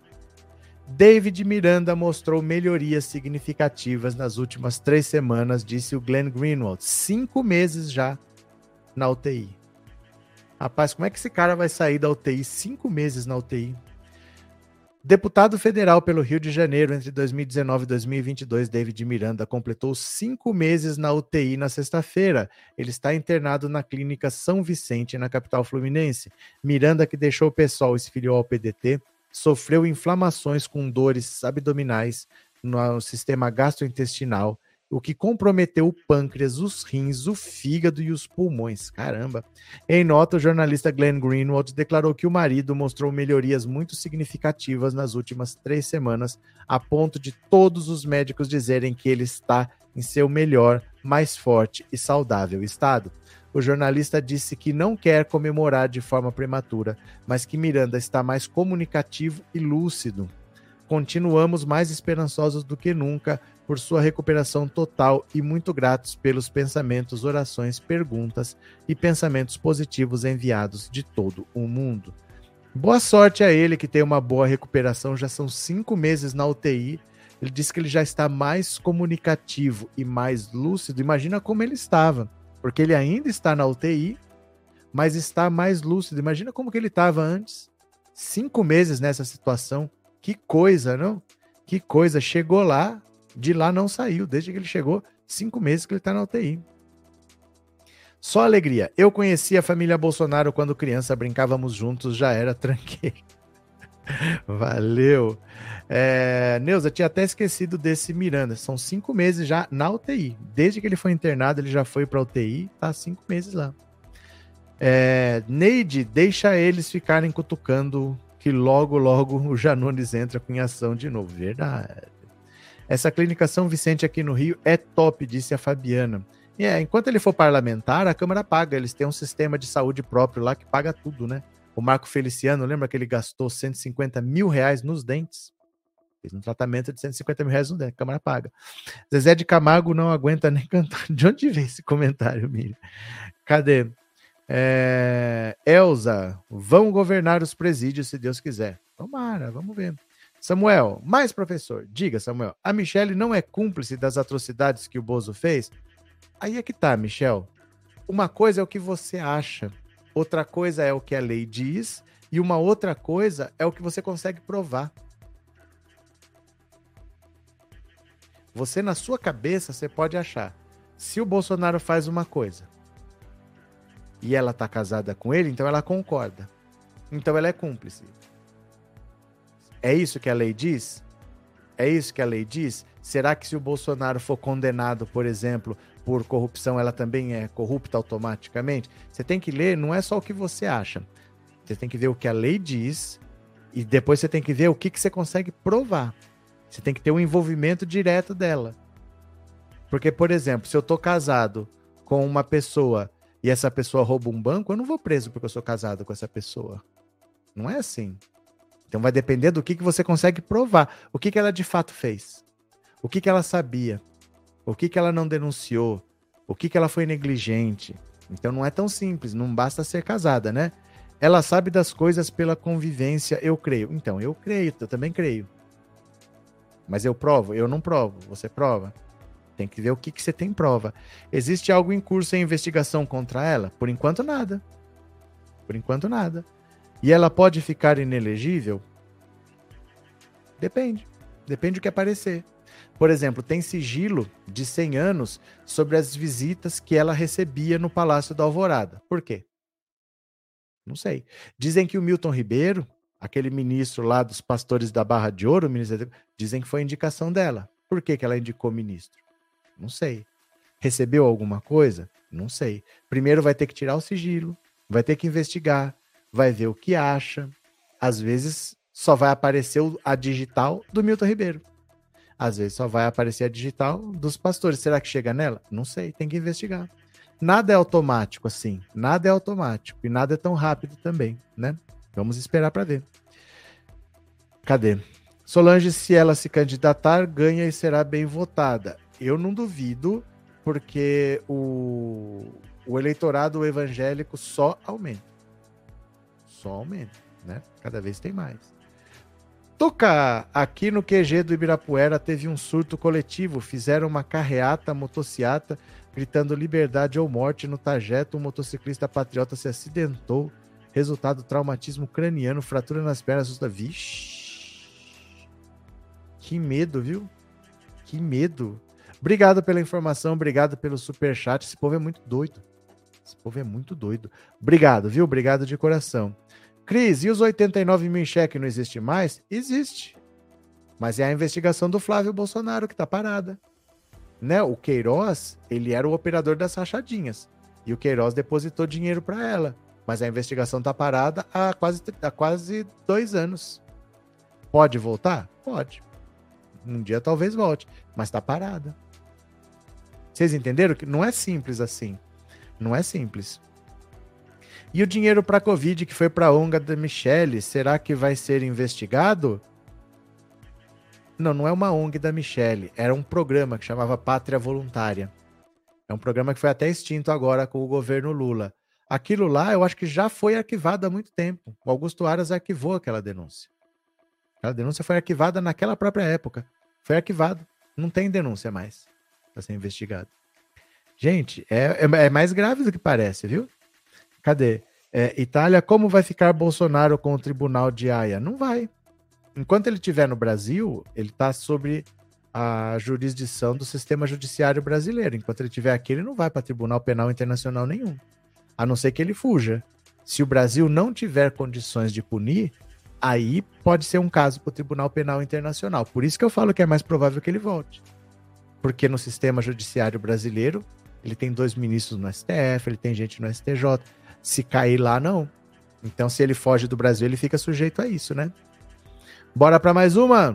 David Miranda mostrou melhorias significativas nas últimas 3 semanas, disse o Glenn Greenwald. 5 meses já na UTI. Rapaz, como é que esse cara vai sair da UTI? 5 meses na UTI. Deputado federal pelo Rio de Janeiro entre 2019 e 2022, David Miranda completou 5 meses na UTI na sexta-feira. Ele está internado na clínica São Vicente, na capital fluminense. Miranda, que deixou o PSOL e se filiou ao PDT, sofreu inflamações com dores abdominais no sistema gastrointestinal, o que comprometeu o pâncreas, os rins, o fígado e os pulmões. Caramba! Em nota, o jornalista Glenn Greenwald declarou que o marido mostrou melhorias muito significativas nas últimas 3 semanas, a ponto de todos os médicos dizerem que ele está em seu melhor, mais forte e saudável estado. O jornalista disse que não quer comemorar de forma prematura, mas que Miranda está mais comunicativo e lúcido. Continuamos mais esperançosos do que nunca por sua recuperação total e muito gratos pelos pensamentos, orações, perguntas e pensamentos positivos enviados de todo o mundo. Boa sorte a ele que tem uma boa recuperação, já são 5 meses na UTI. Ele disse que ele já está mais comunicativo e mais lúcido. Imagina como ele estava, porque ele ainda está na UTI, mas está mais lúcido. Imagina como que ele estava antes. 5 meses nessa situação. Que coisa, não? Que coisa. Chegou lá, de lá não saiu. Desde que ele chegou, 5 meses que ele está na UTI. Só alegria. Eu conheci a família Bolsonaro quando criança, brincávamos juntos, já era tranqueiro. Valeu. Neuza, tinha até esquecido desse Miranda. São 5 meses já na UTI. Desde que ele foi internado, ele já foi para UTI. Tá 5 meses lá. Neide, deixa eles ficarem cutucando que logo, logo o Janones entra em ação de novo. Verdade. Essa clínica São Vicente aqui no Rio é top, disse a Fabiana. Enquanto ele for parlamentar, a Câmara paga. Eles têm um sistema de saúde próprio lá que paga tudo, né? O Marco Feliciano, lembra que ele gastou 150 mil reais nos dentes? Fez um tratamento de 150 mil reais no dente, a Câmara paga. Zezé de Camargo não aguenta nem cantar. De onde veio esse comentário, Miriam? Cadê? Elza, vão governar os presídios se Deus quiser. Tomara, vamos ver. Samuel, mais professor. Diga, Samuel, a Michelle não é cúmplice das atrocidades que o Bozo fez? Aí é que tá, Michel. Uma coisa é o que você acha, outra coisa é o que a lei diz, e uma outra coisa é o que você consegue provar. Você, na sua cabeça, você pode achar, se o Bolsonaro faz uma coisa e ela tá casada com ele, então ela concorda. Então ela é cúmplice. É isso que a lei diz? É isso que a lei diz? Será que se o Bolsonaro for condenado, por exemplo, por corrupção, ela também é corrupta automaticamente? Você tem que ler, não é só o que você acha. Você tem que ver o que a lei diz e depois você tem que ver o que você consegue provar. Você tem que ter um envolvimento direto dela. Porque, por exemplo, se eu tô casado com uma pessoa e essa pessoa rouba um banco, eu não vou preso porque eu sou casado com essa pessoa. Não é assim. Então vai depender do que você consegue provar. O que ela de fato fez. O que ela sabia. O que ela não denunciou. O que ela foi negligente. Então não é tão simples. Não basta ser casada, né? Ela sabe das coisas pela convivência, eu creio. Então, eu creio, eu também creio. Mas eu provo? Eu não provo. Você prova? Tem que ver o que você tem prova. Existe algo em curso em investigação contra ela? Por enquanto, nada. Por enquanto, nada. E ela pode ficar inelegível? Depende. Depende do que aparecer. Por exemplo, tem sigilo de 100 anos sobre as visitas que ela recebia no Palácio da Alvorada. Por quê? Não sei. Dizem que o Milton Ribeiro, aquele ministro lá dos pastores da Barra de Ouro, dizem que foi indicação dela. Por que ela indicou ministro? Não sei. Recebeu alguma coisa? Não sei. Primeiro vai ter que tirar o sigilo, vai ter que investigar, vai ver o que acha. Às vezes só vai aparecer a digital do Milton Ribeiro. Às vezes só vai aparecer a digital dos pastores. Será que chega nela? Não sei, tem que investigar. Nada é automático assim. Nada é automático. E nada é tão rápido também, né? Vamos esperar para ver. Cadê? Solange, se ela se candidatar, ganha e será bem votada. Eu não duvido, porque o eleitorado evangélico só aumenta. Só aumenta, né? Cada vez tem mais. Toca, aqui no QG do Ibirapuera teve um surto coletivo. Fizeram uma carreata, motociata, gritando liberdade ou morte. No trajeto, um motociclista patriota se acidentou. Resultado, traumatismo craniano, fratura nas pernas. Vixe! Que medo, viu? Que medo. Obrigado pela informação, obrigado pelo superchat. Esse povo é muito doido. Esse povo é muito doido. Obrigado, viu? Obrigado de coração. Cris, e os 89 mil em cheque não existe mais? Existe. Mas é a investigação do Flávio Bolsonaro que tá parada. Né? O Queiroz, ele era o operador das rachadinhas. E o Queiroz depositou dinheiro para ela. Mas a investigação tá parada há quase 2 anos. Pode voltar? Pode. Um dia talvez volte. Mas tá parada. Vocês entenderam que não é simples assim? Não é simples. E o dinheiro para a Covid que foi para a ONG da Michelle, será que vai ser investigado? Não, não é uma ONG da Michelle. Era um programa que chamava Pátria Voluntária. É um programa que foi até extinto agora com o governo Lula. Aquilo lá eu acho que já foi arquivado há muito tempo. O Augusto Aras arquivou aquela denúncia. Aquela denúncia foi arquivada naquela própria época. Foi arquivado. Não tem denúncia mais para ser investigado. Gente, é mais grave do que parece, viu? Cadê? Itália, como vai ficar Bolsonaro com o Tribunal de Haia? Não vai. Enquanto ele estiver no Brasil, ele está sob a jurisdição do sistema judiciário brasileiro. Enquanto ele estiver aqui, ele não vai para Tribunal Penal Internacional nenhum. A não ser que ele fuja. Se o Brasil não tiver condições de punir, aí pode ser um caso para o Tribunal Penal Internacional. Por isso que eu falo que é mais provável que ele volte. Porque no sistema judiciário brasileiro, ele tem 2 ministros no STF, ele tem gente no STJ. Se cair lá, não. Então, se ele foge do Brasil, ele fica sujeito a isso, né? Bora para mais uma?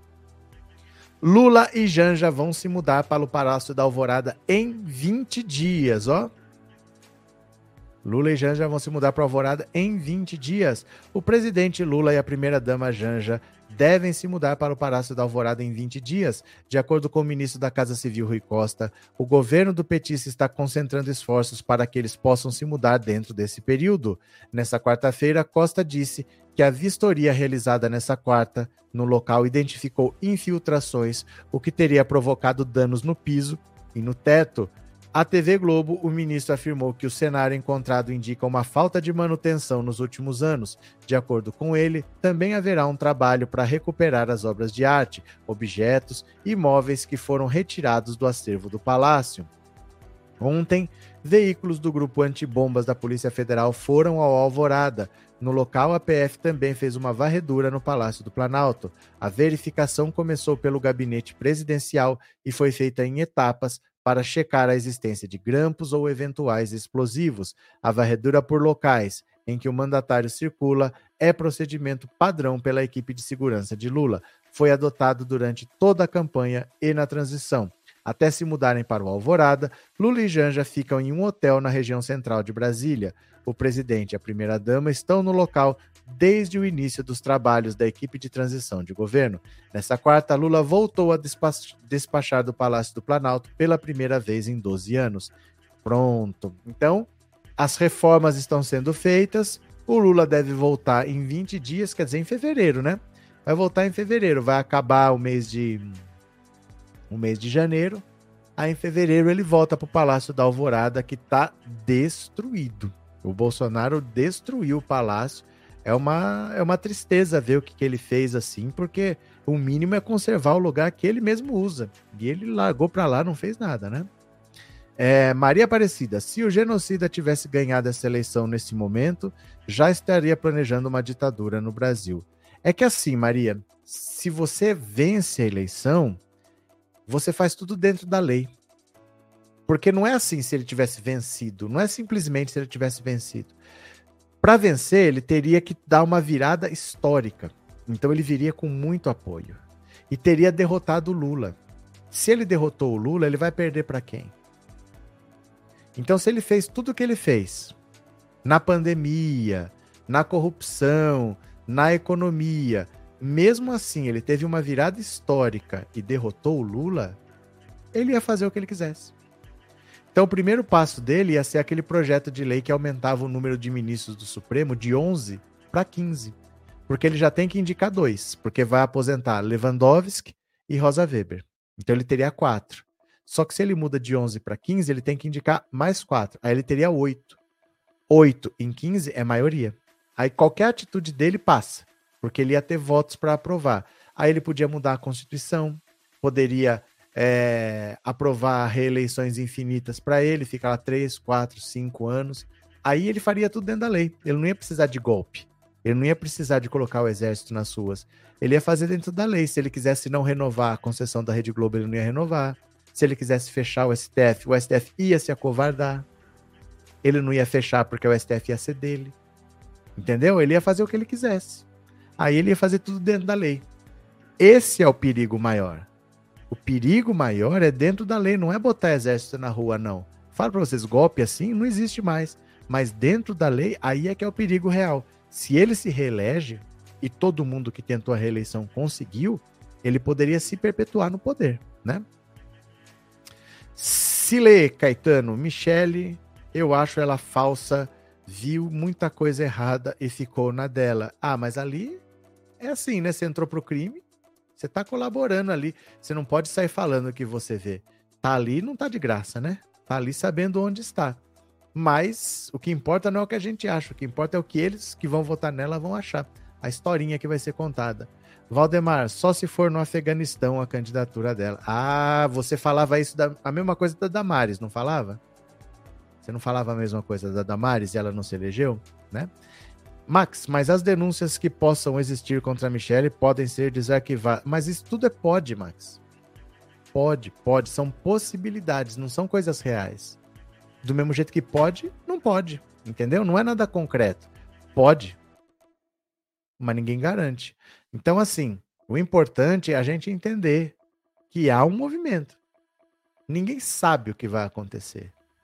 Lula e Janja vão se mudar para o Palácio da Alvorada em 20 dias, ó. Lula e Janja vão se mudar para Alvorada em 20 dias. O presidente Lula e a primeira-dama Janja devem se mudar para o Palácio da Alvorada em 20 dias. De acordo com o ministro da Casa Civil, Rui Costa, o governo do petista está concentrando esforços para que eles possam se mudar dentro desse período. Nessa quarta-feira, Costa disse que a vistoria realizada nessa quarta no local identificou infiltrações, o que teria provocado danos no piso e no teto. À TV Globo, o ministro afirmou que o cenário encontrado indica uma falta de manutenção nos últimos anos. De acordo com ele, também haverá um trabalho para recuperar as obras de arte, objetos e móveis que foram retirados do acervo do palácio. Ontem, veículos do grupo antibombas da Polícia Federal foram ao Alvorada. No local, a PF também fez uma varredura no Palácio do Planalto. A verificação começou pelo gabinete presidencial e foi feita em etapas para checar a existência de grampos ou eventuais explosivos. A varredura por locais em que o mandatário circula é procedimento padrão pela equipe de segurança de Lula. Foi adotado durante toda a campanha e na transição. Até se mudarem para o Alvorada, Lula e Janja ficam em um hotel na região central de Brasília. O presidente e a primeira-dama estão no local desde o início dos trabalhos da equipe de transição de governo. Nessa quarta, Lula voltou a despachar do Palácio do Planalto pela primeira vez em 12 anos. Pronto. Então, as reformas estão sendo feitas. O Lula deve voltar em 20 dias, quer dizer, em fevereiro, né? Vai voltar em fevereiro. Vai acabar o mês de janeiro. Aí, em fevereiro, ele volta para o Palácio da Alvorada, que está destruído. O Bolsonaro destruiu o palácio. É uma tristeza ver o que ele fez assim, porque o mínimo é conservar o lugar que ele mesmo usa. E ele largou para lá, não fez nada, né? Maria Aparecida, se o genocida tivesse ganhado essa eleição nesse momento, já estaria planejando uma ditadura no Brasil. É que assim, Maria, se você vence a eleição, você faz tudo dentro da lei. Porque não é assim se ele tivesse vencido, não é simplesmente se ele tivesse vencido. Para vencer, ele teria que dar uma virada histórica. Então ele viria com muito apoio. E teria derrotado o Lula. Se ele derrotou o Lula, ele vai perder para quem? Então, se ele fez tudo o que ele fez, na pandemia, na corrupção, na economia, mesmo assim ele teve uma virada histórica e derrotou o Lula, ele ia fazer o que ele quisesse. Então, o primeiro passo dele ia ser aquele projeto de lei que aumentava o número de ministros do Supremo de 11 para 15. Porque ele já tem que indicar 2, porque vai aposentar Lewandowski e Rosa Weber. Então, ele teria 4. Só que se ele muda de 11 para 15, ele tem que indicar mais 4. Aí ele teria 8. 8 em 15 é maioria. Aí qualquer atitude dele passa, porque ele ia ter votos para aprovar. Aí ele podia mudar a Constituição, poderia aprovar reeleições infinitas para ele, ficar lá 3, 4, 5 anos. Aí ele faria tudo dentro da lei. Ele não ia precisar de golpe. Ele não ia precisar de colocar o exército nas ruas. Ele ia fazer dentro da lei. Se ele quisesse não renovar a concessão da Rede Globo, ele não ia renovar. Se ele quisesse fechar o STF ia se acovardar. Ele não ia fechar porque o STF ia ser dele. Entendeu? Ele ia fazer o que ele quisesse. Aí ele ia fazer tudo dentro da lei. Esse é o perigo maior. O perigo maior é dentro da lei, não é botar exército na rua, não. Falo pra vocês, golpe assim não existe mais. Mas dentro da lei, aí é que é o perigo real. Se ele se reelege, e todo mundo que tentou a reeleição conseguiu, ele poderia se perpetuar no poder, né? Cile Caetano, Michele, eu acho ela falsa, viu muita coisa errada e ficou na dela. Ah, mas ali é assim, né? Você entrou pro crime, você tá colaborando ali. Você não pode sair falando o que você vê. Tá ali, não tá de graça, né? Tá ali sabendo onde está. Mas o que importa não é o que a gente acha. O que importa é o que eles que vão votar nela vão achar. A historinha que vai ser contada. Valdemar, só se for no Afeganistão a candidatura dela. Ah, você falava isso, a mesma coisa da Damares, não falava? Você não falava a mesma coisa da Damares e ela não se elegeu, né? Max, mas as denúncias que possam existir contra a Michele podem ser desarquivadas. Mas isso tudo pode, Max. Pode. São possibilidades, não são coisas reais. Do mesmo jeito que pode, não pode. Entendeu? Não é nada concreto. Pode. Mas ninguém garante. Então, assim, o importante é a gente entender que há um movimento. Ninguém sabe o que vai acontecer.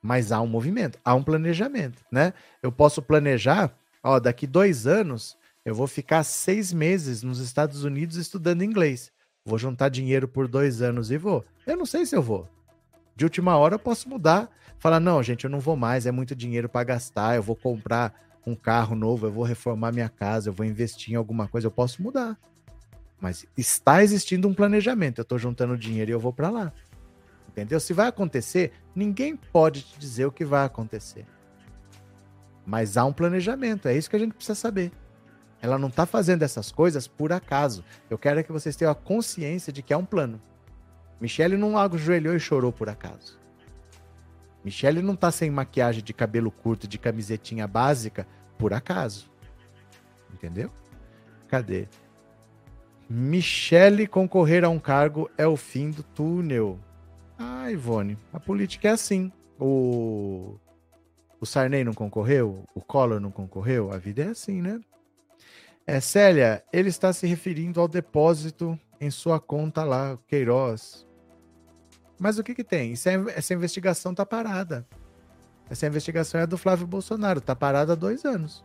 Mas há um movimento, há um planejamento, né? Eu posso planejar, ó, daqui 2 anos eu vou ficar 6 meses nos Estados Unidos estudando inglês. Vou juntar dinheiro por 2 anos e vou. Eu não sei se eu vou. De última hora eu posso mudar. Falar, não, gente, eu não vou mais, é muito dinheiro para gastar, eu vou comprar um carro novo, eu vou reformar minha casa, eu vou investir em alguma coisa, eu posso mudar. Mas está existindo um planejamento, eu estou juntando dinheiro e eu vou para lá. Entendeu? Se vai acontecer, ninguém pode te dizer o que vai acontecer. Mas há um planejamento, é isso que a gente precisa saber. Ela não está fazendo essas coisas por acaso. Eu quero que vocês tenham a consciência de que é um plano. Michele não ajoelhou e chorou por acaso. Michele não tá sem maquiagem de cabelo curto, de camisetinha básica, por acaso. Entendeu? Cadê? Michele concorrer a um cargo é o fim do túnel. Ah, Ivone, a política é assim. O Sarney não concorreu? O Collor não concorreu? A vida é assim, né? Célia, ele está se referindo ao depósito em sua conta lá, Queiroz. Mas o que tem? Essa investigação tá parada. Essa investigação é do Flávio Bolsonaro, tá parada há 2 anos.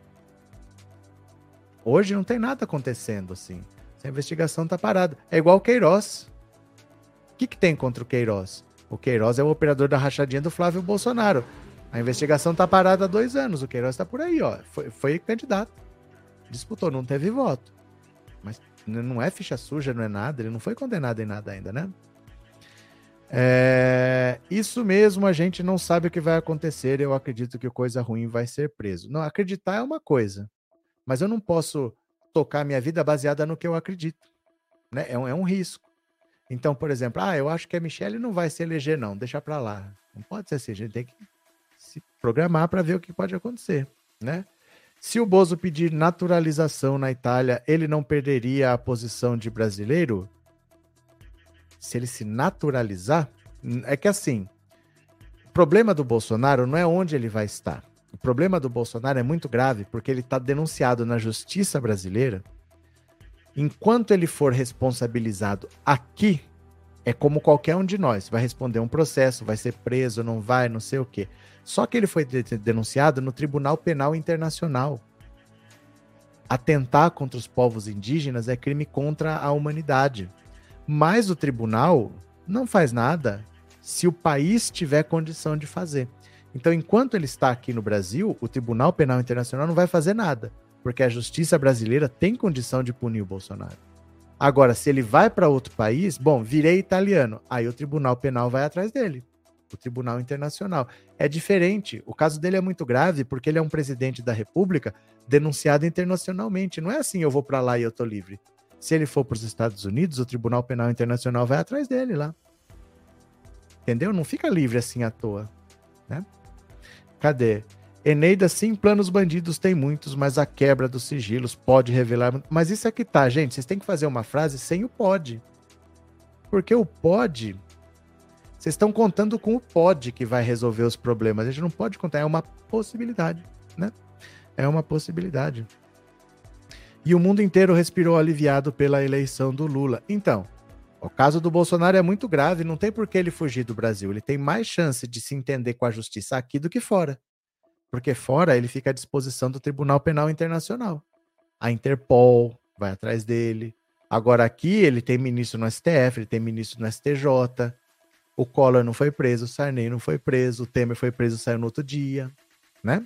Hoje não tem nada acontecendo assim. Essa investigação tá parada. É igual o Queiroz. O que tem contra o Queiroz? O Queiroz é o operador da rachadinha do Flávio Bolsonaro. A investigação tá parada há 2 anos. O Queiroz tá por aí, ó. Foi candidato. Disputou, não teve voto. Mas não é ficha suja, não é nada. Ele não foi condenado em nada ainda, né? Isso mesmo, a gente não sabe o que vai acontecer. Eu acredito que coisa ruim vai ser preso. Não, acreditar é uma coisa, mas eu não posso tocar minha vida baseada no que eu acredito, né? É um risco. Então, por exemplo, eu acho que a Michele não vai se eleger, não, deixa pra lá. Não pode ser assim, a gente tem que se programar para ver o que pode acontecer, né? Se o Bozo pedir naturalização na Itália, ele não perderia a posição de brasileiro? Se ele se naturalizar, é que assim, o problema do Bolsonaro não é onde ele vai estar. O problema do Bolsonaro é muito grave porque ele está denunciado na justiça brasileira. Enquanto ele for responsabilizado aqui, é como qualquer um de nós. Vai responder um processo, vai ser preso, não vai, não sei o quê. Só que ele foi denunciado no Tribunal Penal Internacional. Atentar contra os povos indígenas é crime contra a humanidade. Mas o tribunal não faz nada se o país tiver condição de fazer. Então, enquanto ele está aqui no Brasil, o Tribunal Penal Internacional não vai fazer nada, porque a justiça brasileira tem condição de punir o Bolsonaro. Agora, se ele vai para outro país, bom, virei italiano, aí o Tribunal Penal vai atrás dele, o Tribunal Internacional. É diferente, o caso dele é muito grave, porque ele é um presidente da República denunciado internacionalmente. Não é assim, eu vou para lá e eu tô livre. Se ele for para os Estados Unidos, o Tribunal Penal Internacional vai atrás dele lá. Entendeu? Não fica livre assim à toa, né? Cadê? Eneida, sim, planos bandidos tem muitos, mas a quebra dos sigilos pode revelar... Mas isso é que tá, gente. Vocês têm que fazer uma frase sem o pode. Porque o pode... Vocês estão contando com o pode que vai resolver os problemas. A gente não pode contar, é uma possibilidade, né? É uma possibilidade. E o mundo inteiro respirou aliviado pela eleição do Lula. Então, o caso do Bolsonaro é muito grave, não tem por que ele fugir do Brasil. Ele tem mais chance de se entender com a justiça aqui do que fora. Porque fora ele fica à disposição do Tribunal Penal Internacional. A Interpol vai atrás dele. Agora aqui ele tem ministro no STF, ele tem ministro no STJ. O Collor não foi preso, o Sarney não foi preso, o Temer foi preso, saiu no outro dia, né?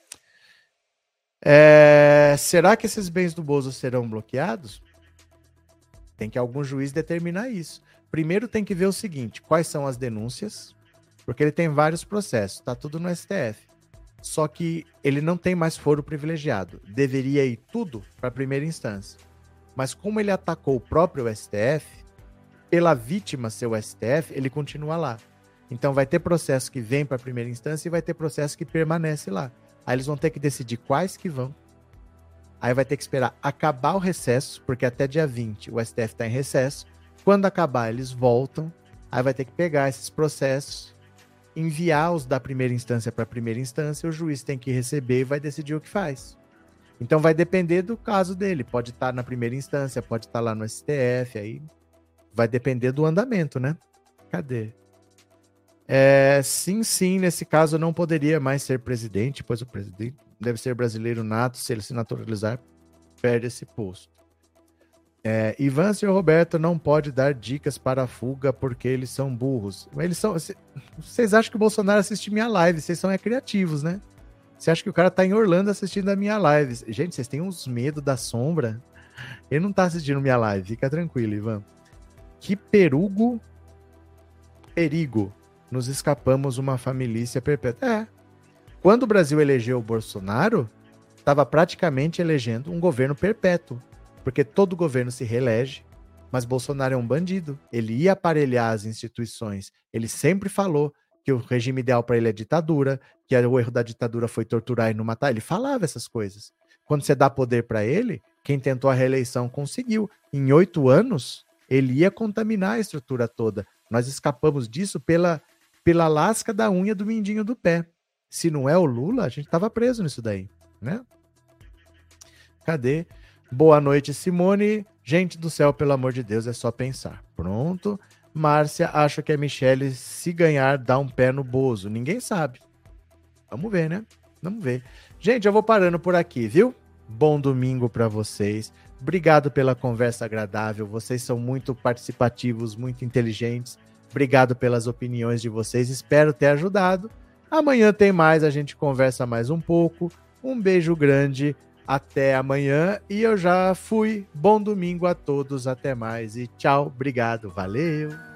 Será que esses bens do Bozo serão bloqueados? Tem que algum juiz determinar isso. Primeiro tem que ver o seguinte, quais são as denúncias, porque ele tem vários processos, tá tudo no STF. Só que ele não tem mais foro privilegiado. Deveria ir tudo para a primeira instância. Mas como ele atacou o próprio STF, pela vítima ser o STF, ele continua lá. Então vai ter processo que vem para a primeira instância e vai ter processo que permanece lá. Aí eles vão ter que decidir quais que vão. Aí vai ter que esperar acabar o recesso, porque até dia 20 o STF está em recesso. Quando acabar, eles voltam. Aí vai ter que pegar esses processos, enviar os da primeira instância para a primeira instância, o juiz tem que receber e vai decidir o que faz. Então vai depender do caso dele. Pode estar na primeira instância, pode estar lá no STF, aí vai depender do andamento, né? Cadê? Sim, nesse caso não poderia mais ser presidente, pois o presidente deve ser brasileiro nato, se ele se naturalizar, perde esse posto. Ivan e o Roberto não pode dar dicas para a fuga porque eles são burros. Vocês acham que o Bolsonaro assiste minha live? Vocês são criativos, né? Você acha que o cara tá em Orlando assistindo a minha live? Gente, vocês têm uns medo da sombra? Ele não tá assistindo minha live, fica tranquilo, Ivan. Que perigo nos escapamos uma família perpétua. Quando o Brasil elegeu o Bolsonaro, estava praticamente elegendo um governo perpétuo, porque todo governo se reelege, mas Bolsonaro é um bandido. Ele ia aparelhar as instituições. Ele sempre falou que o regime ideal para ele é ditadura, que o erro da ditadura foi torturar e não matar. Ele falava essas coisas. Quando você dá poder para ele, quem tentou a reeleição conseguiu. Em 8 anos, ele ia contaminar a estrutura toda. Nós escapamos disso pela lasca da unha do mindinho do pé. Se não é o Lula, a gente estava preso nisso daí, né? Cadê? Boa noite, Simone. Gente do céu, pelo amor de Deus, é só pensar. Pronto. Márcia, acho que a Michelle, se ganhar, dá um pé no Bozo. Ninguém sabe. Vamos ver, né? Vamos ver. Gente, eu vou parando por aqui, viu? Bom domingo para vocês. Obrigado pela conversa agradável. Vocês são muito participativos, muito inteligentes. Obrigado pelas opiniões de vocês. Espero ter ajudado. Amanhã tem mais, a gente conversa mais um pouco. Um beijo grande. Até amanhã. E eu já fui. Bom domingo a todos. Até mais. E tchau. Obrigado. Valeu.